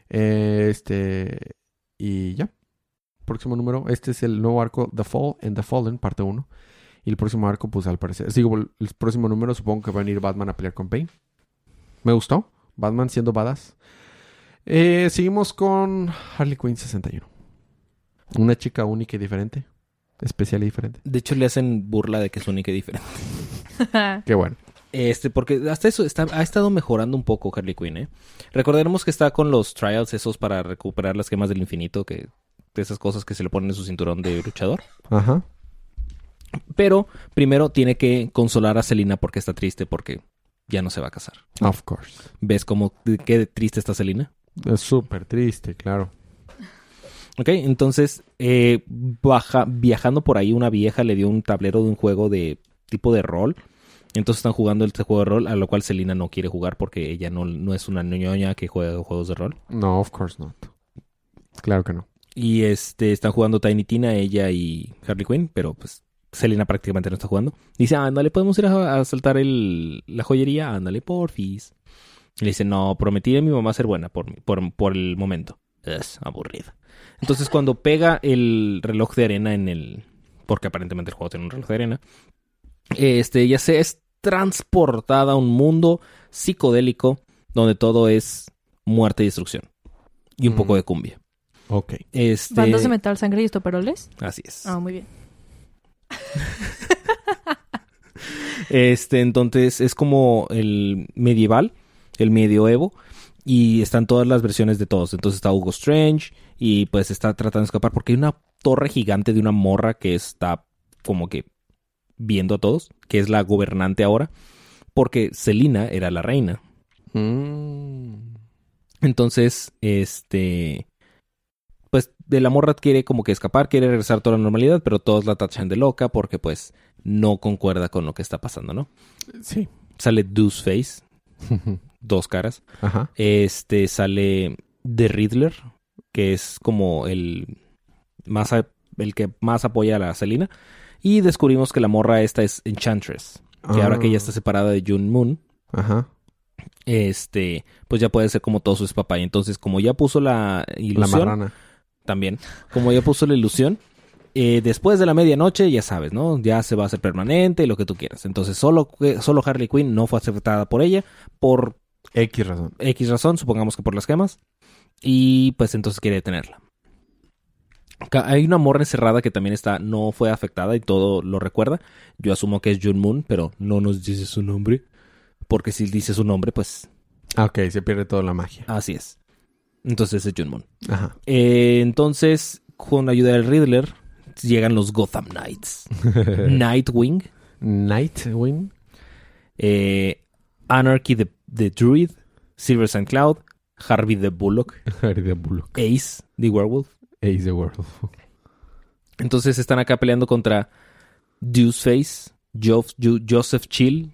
Y ya. Próximo número. Este es el nuevo arco The Fall and The Fallen, parte 1. Y el próximo arco, pues al parecer... el próximo número supongo que va a venir Batman a pelear con Bane. Me gustó. Batman siendo badass. Seguimos con Harley Quinn 61. Una chica única y diferente. Especial y diferente. De hecho, le hacen burla de que es única y diferente. Qué bueno. Porque hasta eso ha estado mejorando un poco Harley Quinn, Recordemos que está con los trials esos para recuperar las gemas del infinito, de esas cosas que se le ponen en su cinturón de luchador. Ajá. Pero primero tiene que consolar a Selina porque está triste porque ya no se va a casar. Of course. ¿Ves qué triste está Selina? Es súper triste, claro. Ok, entonces viajando por ahí una vieja le dio un tablero de un juego de tipo de rol. Entonces están jugando este juego de rol, a lo cual Selina no quiere jugar porque ella no es una ñoña que juega juegos de rol. No, of course not. Claro que no. Y están jugando Tiny Tina, ella y Harley Quinn, pero pues Selina prácticamente no está jugando. Dice, ándale, podemos ir a asaltar la joyería. Ándale, porfis. Y le dice, no, prometí a mi mamá ser buena por el momento. Es aburrida. Entonces, cuando pega el reloj de arena porque aparentemente el juego tiene un reloj de arena, ella se es transportada a un mundo psicodélico donde todo es muerte y destrucción. Y un poco de cumbia. Ok. ¿Bandas de metal, sangre y estoperoles? Así es. Ah, muy bien. Entonces es como el medieval, el medioevo, y están todas las versiones de todos. Entonces está Hugo Strange y pues está tratando de escapar porque hay una torre gigante de una morra que está como que viendo a todos, que es la gobernante ahora, porque Selina era la reina. Entonces, pues de la morra quiere como que escapar, quiere regresar a toda la normalidad, pero todos la tachan de loca porque pues no concuerda con lo que está pasando, ¿no? Sí. Sale Deuceface, 2 caras. Ajá. Sale The Riddler, que es como el que más apoya a la Selina. Y descubrimos que la morra esta es Enchantress, que ahora que ella está separada de June Moon, ajá, pues ya puede ser como todo su papá. Y entonces, como ya puso la ilusión, la marrana. También, como ya puso la ilusión, después de la medianoche, ya sabes, ¿no? Ya se va a hacer permanente, lo que tú quieras. Entonces, solo Harley Quinn no fue aceptada por ella, por X razón. X razón, supongamos que por las gemas. Y pues entonces quiere detenerla. Hay una morra encerrada que también no fue afectada y todo lo recuerda. Yo asumo que es June Moon, pero no nos dice su nombre. Porque si dice su nombre, pues... Ok, se pierde toda la magia. Así es. Entonces es June Moon. Ajá. Entonces, con la ayuda del Riddler, llegan los Gotham Knights. Nightwing. Anarchy the Druid. Silver St. Cloud. Harvey the Bullock. Ace the Werewolf. Ace the Werewolf. Entonces están acá peleando contra Deuceface, Joseph Chill,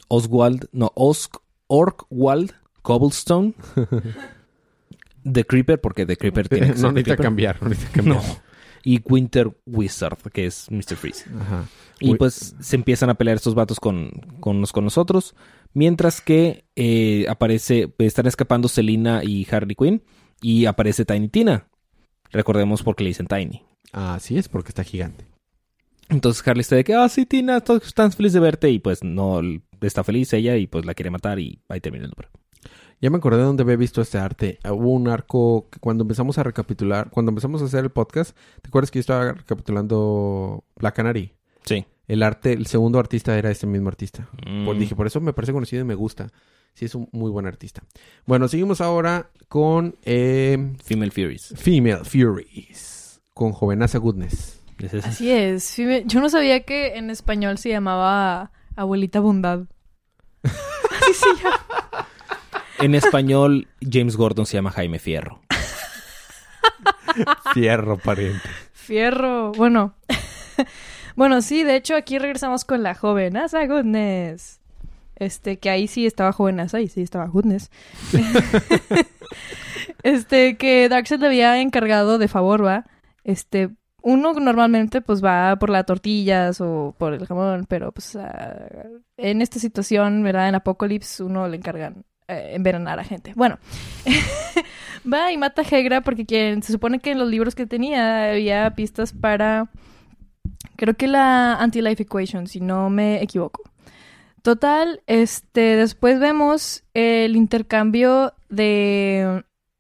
Orkwald, Cobblestone, The Creeper, porque The Creeper tiene que ser No necesita Creeper. cambiar. No. Y Winter Wizard, que es Mr. Freeze. Ajá. Y pues se empiezan a pelear estos vatos con nosotros. Mientras que están escapando Selina y Harley Quinn. Y aparece Tiny Tina. Recordemos por qué le dicen Tiny. Así es, porque está gigante. Entonces Harley está de que, sí, Tina, estoy tan feliz de verte. Y pues no está feliz ella y pues la quiere matar y ahí termina el número. Ya me acordé de dónde había visto este arte. Hubo un arco que cuando empezamos a recapitular, cuando empezamos a hacer el podcast, ¿te acuerdas que yo estaba recapitulando Black Canary? Sí. El segundo artista era este mismo artista. Dije, por eso me parece conocido y me gusta. Sí, es un muy buen artista. Bueno, seguimos ahora con... Female Furies. Female Furies. Con Jovenaza Goodness. Así es. Yo no sabía que en español se llamaba Abuelita Bondad. Así se llama. En español, James Gordon se llama Jaime Fierro. Fierro, pariente. Fierro. Bueno. Bueno, sí, de hecho aquí regresamos con la Jovenaza Goodness. Que ahí sí estaba Jovenaza y sí estaba Goodness. Que Darkseid le había encargado de favor, ¿va? Uno normalmente pues va por las tortillas o por el jamón, pero pues en esta situación, ¿verdad? En Apocalypse uno le encargan envenenar a gente. Bueno, va y mata a Hegra porque se supone que en los libros que tenía había pistas para, creo que la Anti-Life Equation, si no me equivoco. Total, después vemos el intercambio de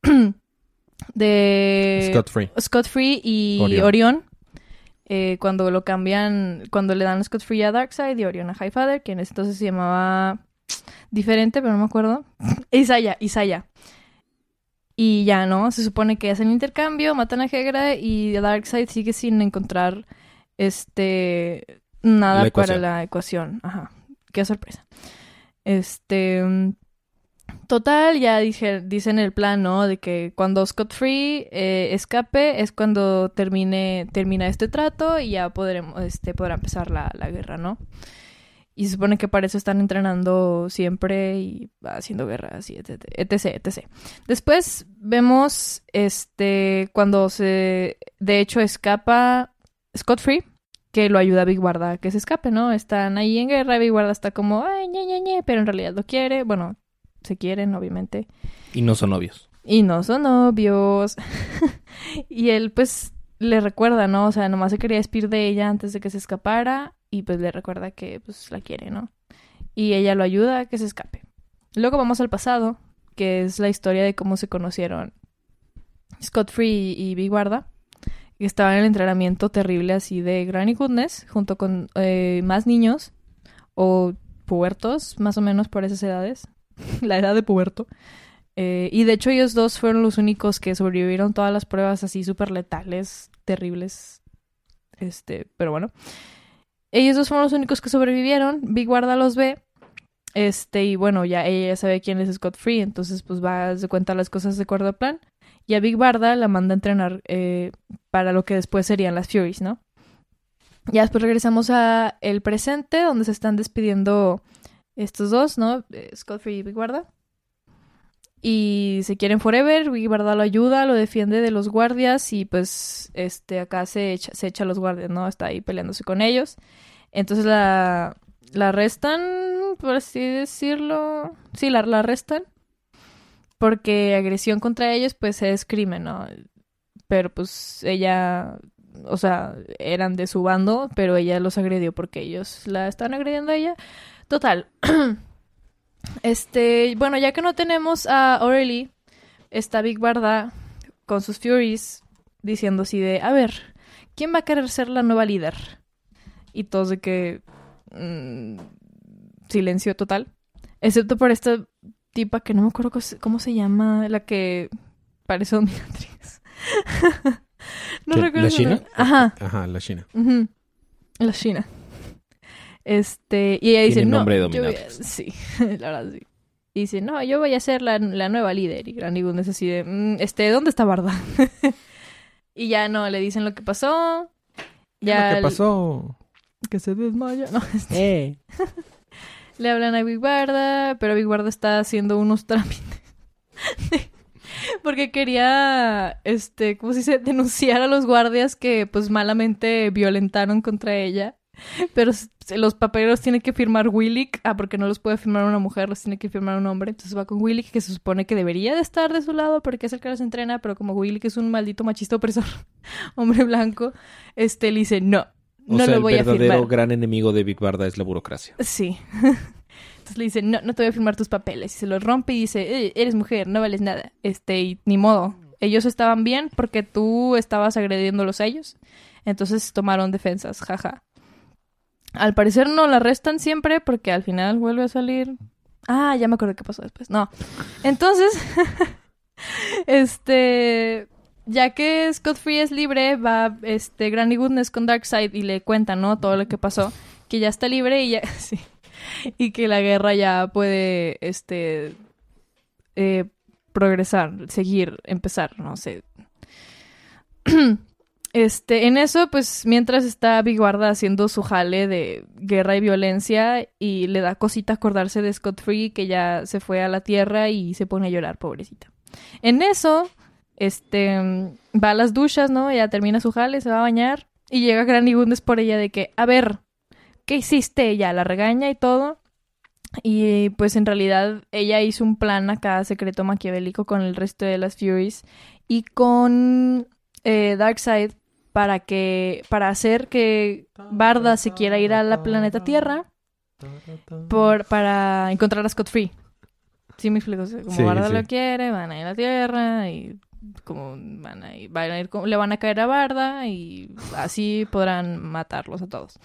Scott Free y Orion. Cuando lo cambian, cuando le dan Scott Free a Darkseid y Orion a Highfather, que en ese entonces se llamaba diferente, pero no me acuerdo. Isaiah. Y ya, ¿no? Se supone que hacen el intercambio, matan a Hegra y Darkseid sigue sin encontrar nada para la ecuación. Ajá. Qué sorpresa. Total, ya dicen el plan, ¿no? De que cuando Scott Free escape es cuando termina este trato y ya podrá empezar la guerra, ¿no? Y se supone que para eso están entrenando siempre y haciendo guerras y etc. Después vemos cuando de hecho escapa Scott Free, que lo ayuda a Big Barda a que se escape, ¿no? Están ahí en guerra, Big Barda está como, ay, ñe, pero en realidad lo quiere. Bueno, se quieren, obviamente. Y no son novios. Y no son novios. Y él, pues, le recuerda, ¿no? O sea, nomás se quería despedir de ella antes de que se escapara. Y, pues, le recuerda que, pues, la quiere, ¿no? Y ella lo ayuda a que se escape. Luego vamos al pasado, que es la historia de cómo se conocieron Scott Free y Big Barda. Que estaban en el entrenamiento terrible así de Granny Goodness, junto con más niños, o pubertos, más o menos por esas edades. La edad de puberto. Y de hecho ellos dos fueron los únicos que sobrevivieron todas las pruebas así súper letales, terribles. Pero bueno. Ellos dos fueron los únicos que sobrevivieron. Big Barda los ve. Y bueno, ya ella ya sabe quién es Scott Free. Entonces pues va a darse cuenta las cosas de acuerdo al plan. Y a Big Barda la manda a entrenar para lo que después serían las Furies, ¿no? Ya después regresamos a el presente, donde se están despidiendo estos dos, ¿no? Scott Free y Big Barda. Y se quieren forever. Big Barda lo ayuda, lo defiende de los guardias. Y pues acá se echa a los guardias, ¿no? Está ahí peleándose con ellos. Entonces la arrestan, por así decirlo. Sí, la arrestan. Porque agresión contra ellos, pues es crimen, ¿no? Pero pues ella, o sea, eran de su bando, pero ella los agredió porque ellos la estaban agrediendo a ella. Total. Bueno, ya que no tenemos a Aurelie, está Big Barda con sus Furies diciendo así de, a ver, ¿quién va a querer ser la nueva líder? Y todos de que... silencio total. Excepto por esta tipa que no me acuerdo cómo se llama, la que parece dominatrix. No recuerdo. ¿La China? Ajá, la China. Uh-huh. La China. Y ella dice, Tiene no, nombre de yo voy dominatrix. sí, la verdad sí. Y dice, no, yo voy a ser la nueva líder. Y Granny Goodness así de, ¿dónde está Barda? Y ya no, le dicen lo que pasó. Ya ¿Qué pasó? Que se desmaya. No, Le hablan a Big Barda, pero Big Barda está haciendo unos trámites. Porque quería, ¿cómo se dice? Denunciar a los guardias que, pues, malamente violentaron contra ella. Pero los papeles tiene que firmar Willick. Porque no los puede firmar una mujer, los tiene que firmar un hombre. Entonces va con Willick, que se supone que debería de estar de su lado porque es el que los entrena. Pero como Willick es un maldito machista opresor, hombre blanco, le dice, no lo voy a firmar. El verdadero gran enemigo de Big Barda es la burocracia. Sí. Entonces le dice, no te voy a firmar tus papeles. Y se los rompe y dice, eres mujer, no vales nada. Y ni modo. Ellos estaban bien porque tú estabas agrediéndolos a ellos. Entonces tomaron defensas, jaja. Al parecer no la arrestan siempre porque al final vuelve a salir. Ah, ya me acuerdo qué pasó después. No. Entonces, ya que Scott Free es libre, va Granny Goodness con Darkseid y le cuenta, ¿no? Todo lo que pasó. Que ya está libre y ya... sí. Y que la guerra ya puede, progresar, seguir, empezar, no sé. En eso, pues, mientras está Big Barda haciendo su jale de guerra y violencia y le da cosita acordarse de Scott Free, que ya se fue a la Tierra y se pone a llorar, pobrecita. En eso, va a las duchas, ¿no? Ya termina su jale, se va a bañar y llega Granny Goodness por ella de que, a ver... ¿Qué hiciste? Ella la regaña y todo. Y pues en realidad ella hizo un plan acá secreto maquiavélico con el resto de las Furies y con Darkseid para hacer que Barda se quiera ir a la planeta Tierra para encontrar a Scott Free. ¿Sí me explico? O sea, como Sí, Barda sí. lo quiere, van a ir a la Tierra y como le van a caer a Barda y así podrán matarlos a todos.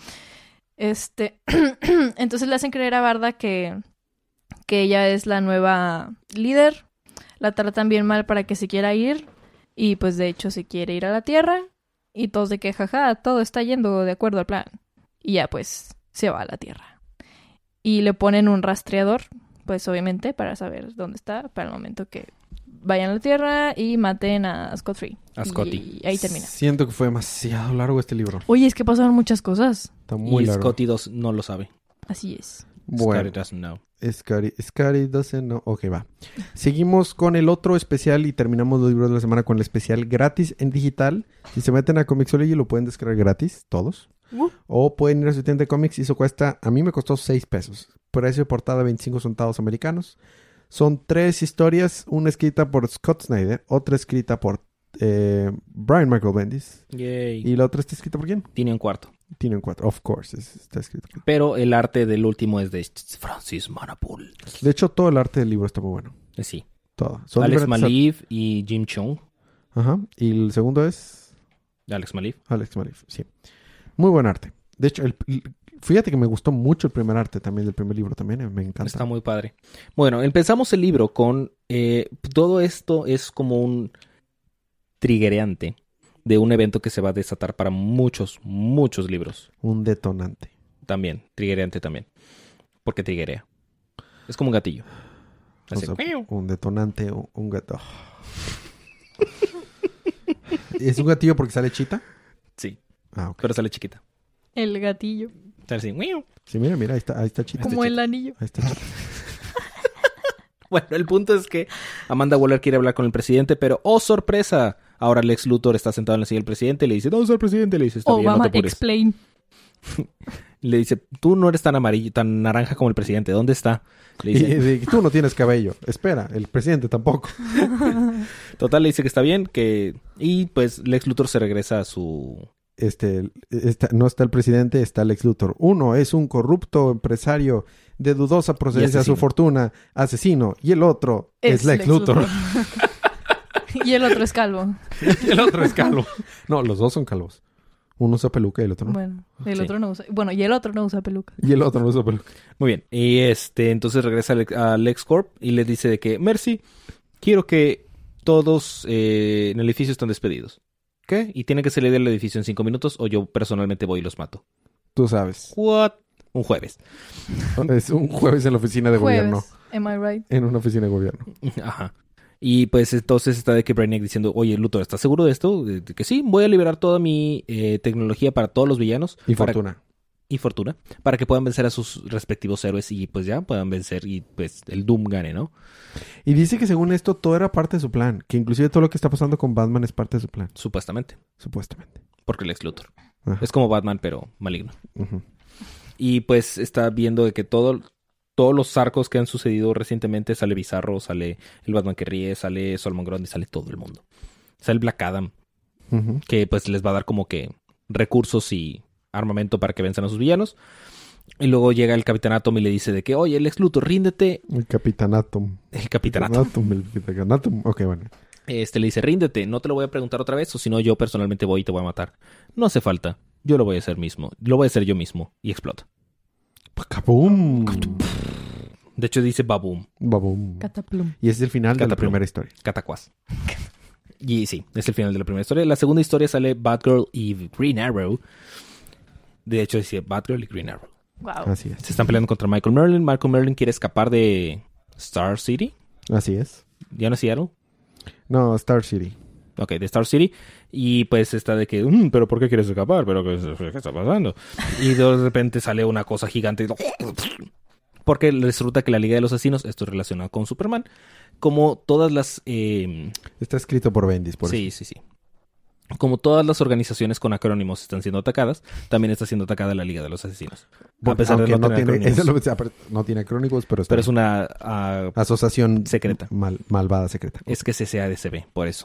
Entonces le hacen creer a Barda que ella es la nueva líder. La tratan bien mal para que se quiera ir. Y pues de hecho se quiere ir a la Tierra. Y todos de que jaja, todo está yendo de acuerdo al plan. Y ya pues se va a la Tierra. Y le ponen un rastreador, pues obviamente, para saber dónde está, para el momento que vayan a la Tierra y maten a Scott Free. A Scotty. Y ahí termina. Siento que fue demasiado largo este libro. Oye, es que pasaron muchas cosas. Está muy Y largo. Scotty 2 no lo sabe. Así es. Bueno, Scotty doesn't know. Scary doesn't know. Ok, va. Seguimos con el otro especial y terminamos los libros de la semana con el especial gratis en digital. Si se meten a Comixology lo pueden descargar gratis, todos. O pueden ir a su tienda de cómics y eso cuesta, a mí me costó $6. Precio de portada 25 centavos americanos. Son 3 historias, una escrita por Scott Snyder, otra escrita por Brian Michael Bendis. Yay. ¿Y la otra está escrita por quién? Tiene un cuarto. Tiene un 4, of course, está escrito. Pero el arte del último es de Francis Manapul. De hecho, todo el arte del libro está muy bueno. Sí. Todo. Son Alex diferentes Maleev y Jim Chung. Ajá. Y el segundo es Alex Maleev. Alex Maleev, sí. Muy buen arte. De hecho, fíjate que me gustó mucho el primer arte también, del primer libro también. Me encanta. Está muy padre. Bueno, empezamos el libro con... todo esto es como un triggereante de un evento que se va a desatar para muchos, muchos libros. Un detonante. También, triggereante también. Porque triggerea. Es como un gatillo. Así. O sea, un detonante, un gato. ¿Es un gatillo porque sale chita? Sí, Ah, ok. pero sale chiquita. El gatillo. Sale así. Sí, mira, ahí está chita. Como el anillo. Ahí está chita. Bueno, el punto es que Amanda Waller quiere hablar con el presidente, pero ¡oh, sorpresa! Ahora Lex Luthor está sentado en la silla del presidente y le dice, ¿dónde está el presidente? Le dice, está bien, no Obama te apures. explain. Le dice, tú no eres tan amarillo, tan naranja como el presidente. ¿Dónde está? Le dice, Y tú no tienes cabello. Espera, el presidente tampoco. total, le dice que está bien, que... Y pues Lex Luthor se regresa a su... No está el presidente, está Lex Luthor. Uno es un corrupto empresario de dudosa procedencia a su fortuna, asesino. Y el otro es Lex Luthor. Y el otro es calvo. Y el otro es calvo. No, los dos son calvos. Uno usa peluca y el otro no. Bueno, el Sí. otro no usa... Bueno, y el otro no usa peluca. Y el otro no usa peluca. Muy bien. Y entonces regresa a LexCorp y le dice de que, Mercy, quiero que todos en el edificio estén despedidos. ¿Qué? Y tiene que salir del edificio en 5 minutos o yo personalmente voy y los mato. Tú sabes. ¿What? Un jueves. Es un jueves en la oficina de gobierno. Am I right? En una oficina de gobierno. Ajá. Y pues entonces está de que Brainiac diciendo, oye, Luthor, ¿estás seguro de esto? De que sí, voy a liberar toda mi tecnología para todos los villanos. Y para- fortuna. Y fortuna. Para que puedan vencer a sus respectivos héroes y pues ya puedan vencer y pues el Doom gane, ¿no? Y dice que según esto todo era parte de su plan. Que inclusive todo lo que está pasando con Batman es parte de su plan. Supuestamente. Supuestamente. Porque Lex Luthor. Ajá. Es como Batman, pero maligno. Ujú. Y pues está viendo de que todos los arcos que han sucedido recientemente, sale Bizarro, sale el Batman que ríe, sale Solomon Grundy, sale todo el mundo. Sale Black Adam, Ujú. que pues les va a dar como que recursos y armamento para que venzan a sus villanos. Y luego llega el Capitán Atom y le dice de que, oye, Lex Luthor, ríndete. El Capitán Atom. El Capitán Atom. El Capitán Atom. Ok, bueno. Le dice, ríndete, no te lo voy a preguntar otra vez, o si no yo personalmente voy y te voy a matar. No hace falta, yo lo voy a hacer mismo, lo voy a hacer yo mismo. Y explota. ¡Kabum! De hecho dice baboom, Babum. Cataplum. Y ese es el final de la Cataplum. primera historia. catacuas. Y sí, es el final de la primera historia. La segunda historia sale Batgirl y Green Arrow. De hecho dice Batgirl y Green Arrow. Wow. Así es. Se están peleando contra Michael Merlin. Michael Merlin quiere escapar de Star City. Así es. ¿Ya no es Seattle? No, Star City. Ok, de Star City. Y pues está de que, ¿pero por qué quieres escapar? ¿Pero qué está pasando? Y de repente sale una cosa gigante. Porque resulta que la Liga de los Asesinos, esto es relacionado con Superman, como todas las... Está escrito por Bendis, por sí, eso. sí, sí. Como todas las organizaciones con acrónimos están siendo atacadas, también está siendo atacada la Liga de los Asesinos. A pesar de Aunque no tener acrónimos. eso no tiene acrónimos, pero, Pero es bien. una... Asociación secreta. Malvada secreta. es que es SADCB, por eso.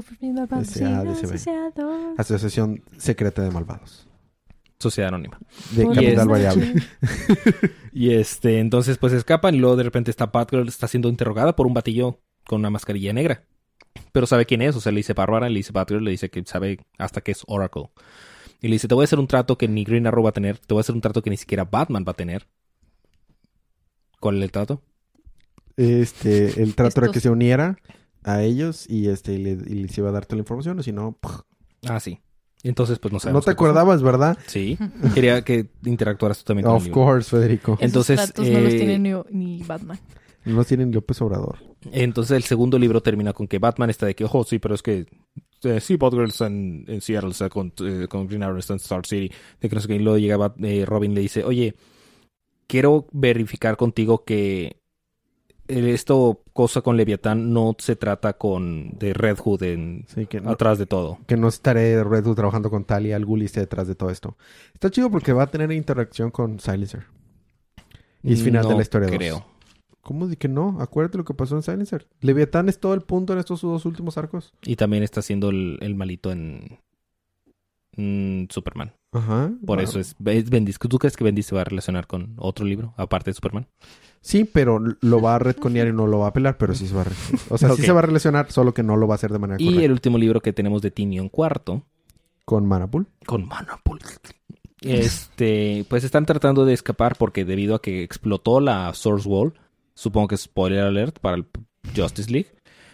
Asociación secreta de malvados. Sociedad Anónima. De Por capital eso. variable. Y entonces pues escapan y luego de repente esta Batgirl está siendo interrogada por un batillo con una mascarilla negra. Pero sabe quién es, o sea, le dice Bárbara, le dice Batgirl, le dice que sabe hasta que es Oracle. Y le dice, te voy a hacer un trato que ni Green Arrow va a tener, te voy a hacer un trato que ni siquiera Batman va a tener. ¿Cuál es el trato? El trato era Estos- que se uniera a ellos y les iba a dar toda la información, o si no... Ah, sí. Entonces pues no No sabemos. te qué pasó. acordabas, ¿verdad? Sí. Quería que interactuaras tú también con el Of libro. course, Federico. Esos Entonces, tratos no los tiene ni Batman. No los tienen López Obrador. Entonces el segundo libro termina con que Batman está de que, ojo, sí, pero es que sí, Batgirl está en Seattle, está con Green Arrow, está en Star City, de que no sé qué. Y luego llega Robin y le dice, oye, quiero verificar contigo que esto cosa con Leviatán no se trata de Red Hood Sí, que no, atrás de todo. que no estaré Red Hood trabajando con Talia al Ghul y esté detrás de todo esto. Está chido porque va a tener interacción con Silencer. Y es final de No la historia 2. creo. ¿Cómo de que no? Acuérdate lo que pasó en Silencer. Leviatán es todo el punto en estos 2 últimos arcos. Y también está siendo el malito en Superman. Ajá. Por Bueno, eso es Bendis. ¿Tú crees que Bendis se va a relacionar con otro libro, aparte de Superman? Sí, pero lo va a retconear y no lo va a pelar, pero sí se va a relacionar. O sea, Ok. sí se va a relacionar, solo que no lo va a hacer de manera Y correcta. el último libro que tenemos de Tinion Cuarto, Con Manapul. con Manapul. Pues están tratando de escapar porque debido a que explotó la Source Wall, supongo que es spoiler alert para el Justice League,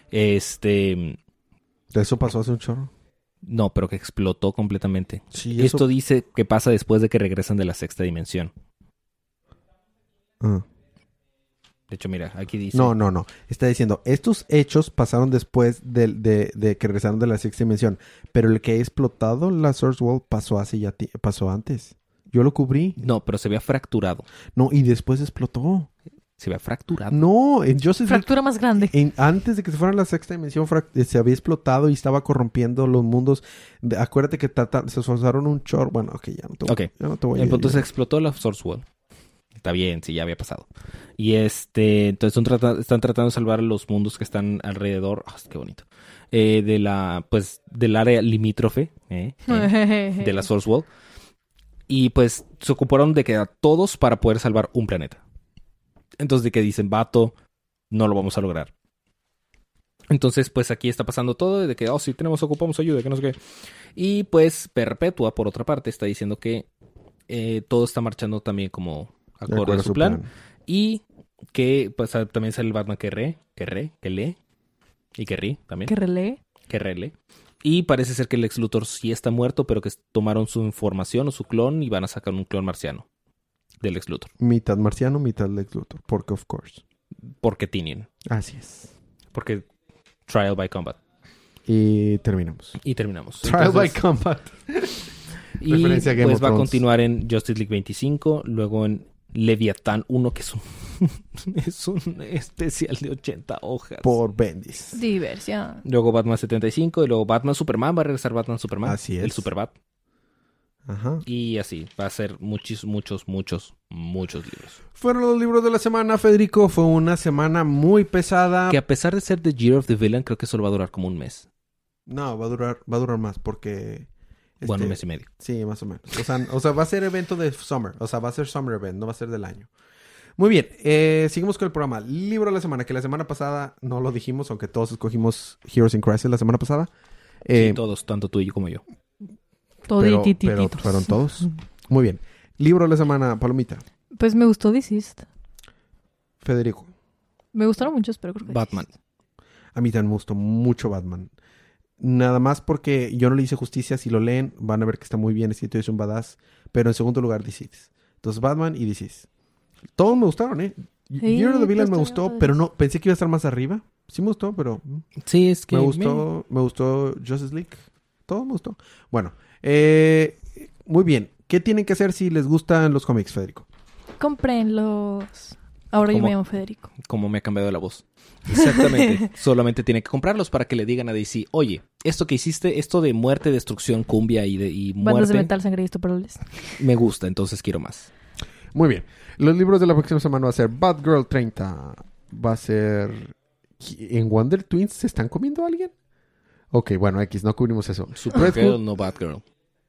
Eso pasó hace un chorro. no, pero que explotó completamente. Sí, Esto dice que pasa después de que regresan de la sexta dimensión. Ah. De hecho, mira, aquí dice... No. Está diciendo, estos hechos pasaron después de que regresaron de la sexta dimensión. Pero el que ha explotado la Source Wall pasó antes. Yo lo cubrí. No, pero se había fracturado. No, y después explotó. Se había fracturado. No, en Justice League, Fractura más grande. antes de que se fuera a la sexta dimensión, se había explotado y estaba corrompiendo los mundos. Acuérdate que se esforzaron un chorro. Bueno, ok, ya no te voy a... Entonces explotó la Source Wall. Está bien, sí, ya había pasado. Y entonces están tratando de salvar los mundos que están alrededor. Oh, qué bonito. Del área limítrofe de la Source Wall. Y pues se ocuparon de que a todos para poder salvar un planeta. Entonces de que dicen, vato, no lo vamos a lograr. Entonces pues aquí está pasando todo de que, sí, ocupamos ayuda, que no sé qué. Y pues Perpetua, por otra parte, está diciendo que todo está marchando también como acorde a su plan. Y que pues también sale el Batman que lee. Y que ríe también. ¿Qué relé? Que rele. Y parece ser que el Lex Luthor sí está muerto, pero que tomaron su información o su clon y van a sacar un clon marciano del Lex Luthor. Mitad marciano, mitad Lex Luthor. Porque, of course. Porque Tinion. Así es. Porque Trial by Combat. Y terminamos. Y terminamos. Trial by Entonces, Combat. y Referencia a Game pues of va a Thrones. continuar en Justice League 25, luego en Leviatán 1, que es es un especial de 80 hojas. Por Bendis. Diversión. Luego Batman 75 y luego Batman Superman. Va a regresar Batman Superman. Así es. El Superbat. Ajá. Y así. Va a ser muchos libros. Fueron los libros de la semana, Federico. Fue una semana muy pesada. Que a pesar de ser The Year of the Villain, creo que solo va a durar como un mes. No, va a durar más porque... Bueno, un mes y medio. Sí, más o menos. O sea, va a ser evento de Summer. O sea, va a ser Summer Event, no va a ser del año. Muy bien, seguimos con el programa. Libro de la semana, que la semana pasada no lo dijimos, aunque todos escogimos Heroes in Crisis la semana pasada. Sí, todos, tanto tú y yo como yo. Pero fueron todos. Muy bien. Libro de la semana, Palomita. Pues me gustó Deceased. Federico. Me gustaron muchos, pero creo que Batman. A mí también me gustó mucho Batman. Nada más porque yo no le hice justicia. Si lo leen, van a ver que está muy bien escrito y es un badass. Pero en segundo lugar, Deceased. Entonces, Batman y Deceased. Todos me gustaron, ¿eh? Sí, Year of the Villain me todos gustó, estuvieron pero padres. no... Pensé que iba a estar más arriba. Sí me gustó, pero... Sí, es que... Me gustó Justice League. Todo me gustó. Bueno, muy bien. ¿Qué tienen que hacer si les gustan los cómics, Federico? Cómprenlos. Ahora yo ¿Cómo? me llamo Federico. Como me ha cambiado la voz. Exactamente. Solamente tiene que comprarlos para que le digan a DC, oye, esto que hiciste, esto de muerte, destrucción, cumbia y Bandas de muerte, metal, sangre y estoperoles. me gusta, entonces quiero más. Muy bien. Los libros de la próxima semana va a ser Batgirl 30. Va a ser... ¿En Wonder Twins se están comiendo a alguien? Ok, bueno, X, no cubrimos eso. Supergirl, no Batgirl.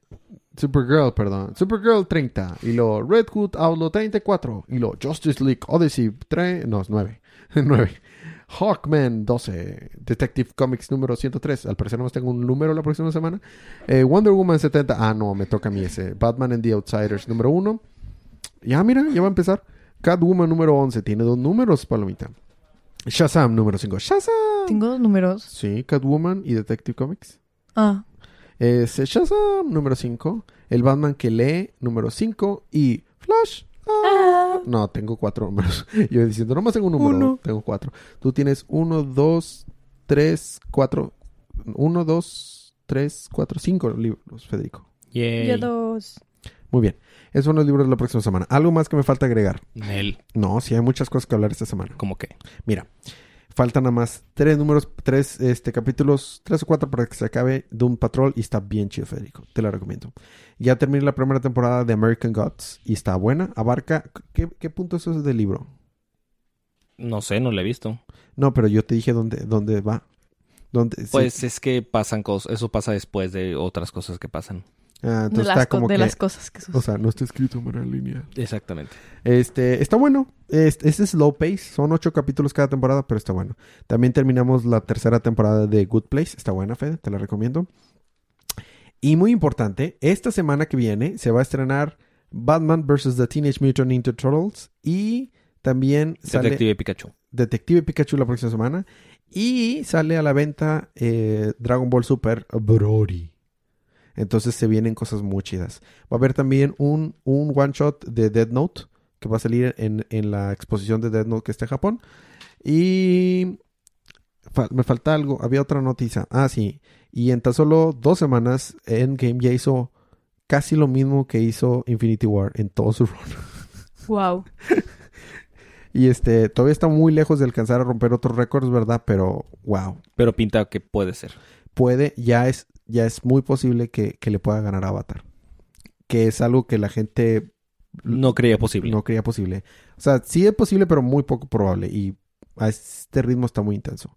Supergirl 30. Y luego Red Hood Outlaw 34. Y luego Justice League Odyssey 3. No, es 9. 9. Hawkman 12. Detective Comics número 103. Al parecer no tengo un número la próxima semana. Wonder Woman 70. Ah, no, me toca a mí ese. Batman and the Outsiders número 1. Ya, mira, ya va a empezar. Catwoman número 11. Tiene 2 números, Palomita. Shazam número 5. ¡Shazam! Tengo 2 números. Sí, Catwoman y Detective Comics. Ah. Shazam número 5. El Batman que lee número 5. Y Flash. No, tengo 4 números. Yo diciendo, nomás tengo un número. Uno. Tengo 4. Tú tienes 1, 2, 3, 4. 1, 2, 3, 4, 5 libros, Federico. Yay. Yo 2. Muy bien. Esos son los libros de la próxima semana. ¿Algo más que me falta agregar? Nel. No, sí hay muchas cosas que hablar esta semana. ¿Cómo qué? Mira, faltan nada más 3 capítulos, 3 o 4 para que se acabe Doom Patrol y está bien chido, Federico. Te la recomiendo. Ya terminé la primera temporada de American Gods y está buena. Abarca... ¿Qué punto es eso del libro? No sé, no lo he visto. No, pero yo te dije dónde va. Pues Sí. es que pasan cosas. Eso pasa después de otras cosas que pasan. Entonces está como que... las cosas que suceden. O sea, no está escrito en manera lineal. Exactamente. Está bueno. Este es slow pace. Son 8 capítulos cada temporada, pero está bueno. También terminamos la tercera temporada de Good Place. Está buena, Fede. Te la recomiendo. Y muy importante, esta semana que viene se va a estrenar Batman vs. The Teenage Mutant Ninja Turtles. Y también sale Detective Pikachu la próxima semana. Y sale a la venta Dragon Ball Super Broly. Entonces se vienen cosas muy chidas. Va a haber también un one shot de Death Note que va a salir en la exposición de Death Note que está en Japón. Y me falta algo. Había otra noticia. Ah, sí. Y en tan solo 2 semanas Endgame ya hizo casi lo mismo que hizo Infinity War en todo su run. Wow. Y todavía está muy lejos de alcanzar a romper otros récords, ¿verdad? Pero wow. Pero pinta que puede ser. Ya es muy posible que le pueda ganar a Avatar. Que es algo que la gente... No creía posible. No creía posible. O sea, sí es posible, pero muy poco probable. Y a este ritmo está muy intenso.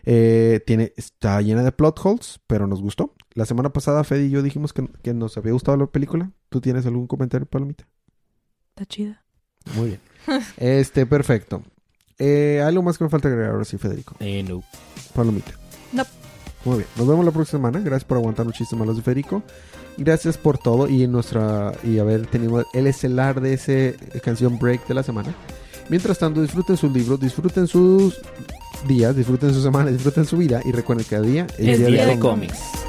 Está llena de plot holes, pero nos gustó. La semana pasada, Fede y yo dijimos que nos había gustado la película. ¿Tú tienes algún comentario, Palomita? Está chida. Muy bien. Perfecto. ¿Algo más que me falta agregar ahora sí, Federico? No. Palomita. No. Muy bien. Nos vemos la próxima semana. Gracias por aguantar los chistes malos de Federico. Gracias por todo y haber tenido el estelar de ese canción break de la semana. Mientras tanto, disfruten sus libros, disfruten sus días, disfruten su semana, disfruten su vida y recuerden que cada día es día de cómics.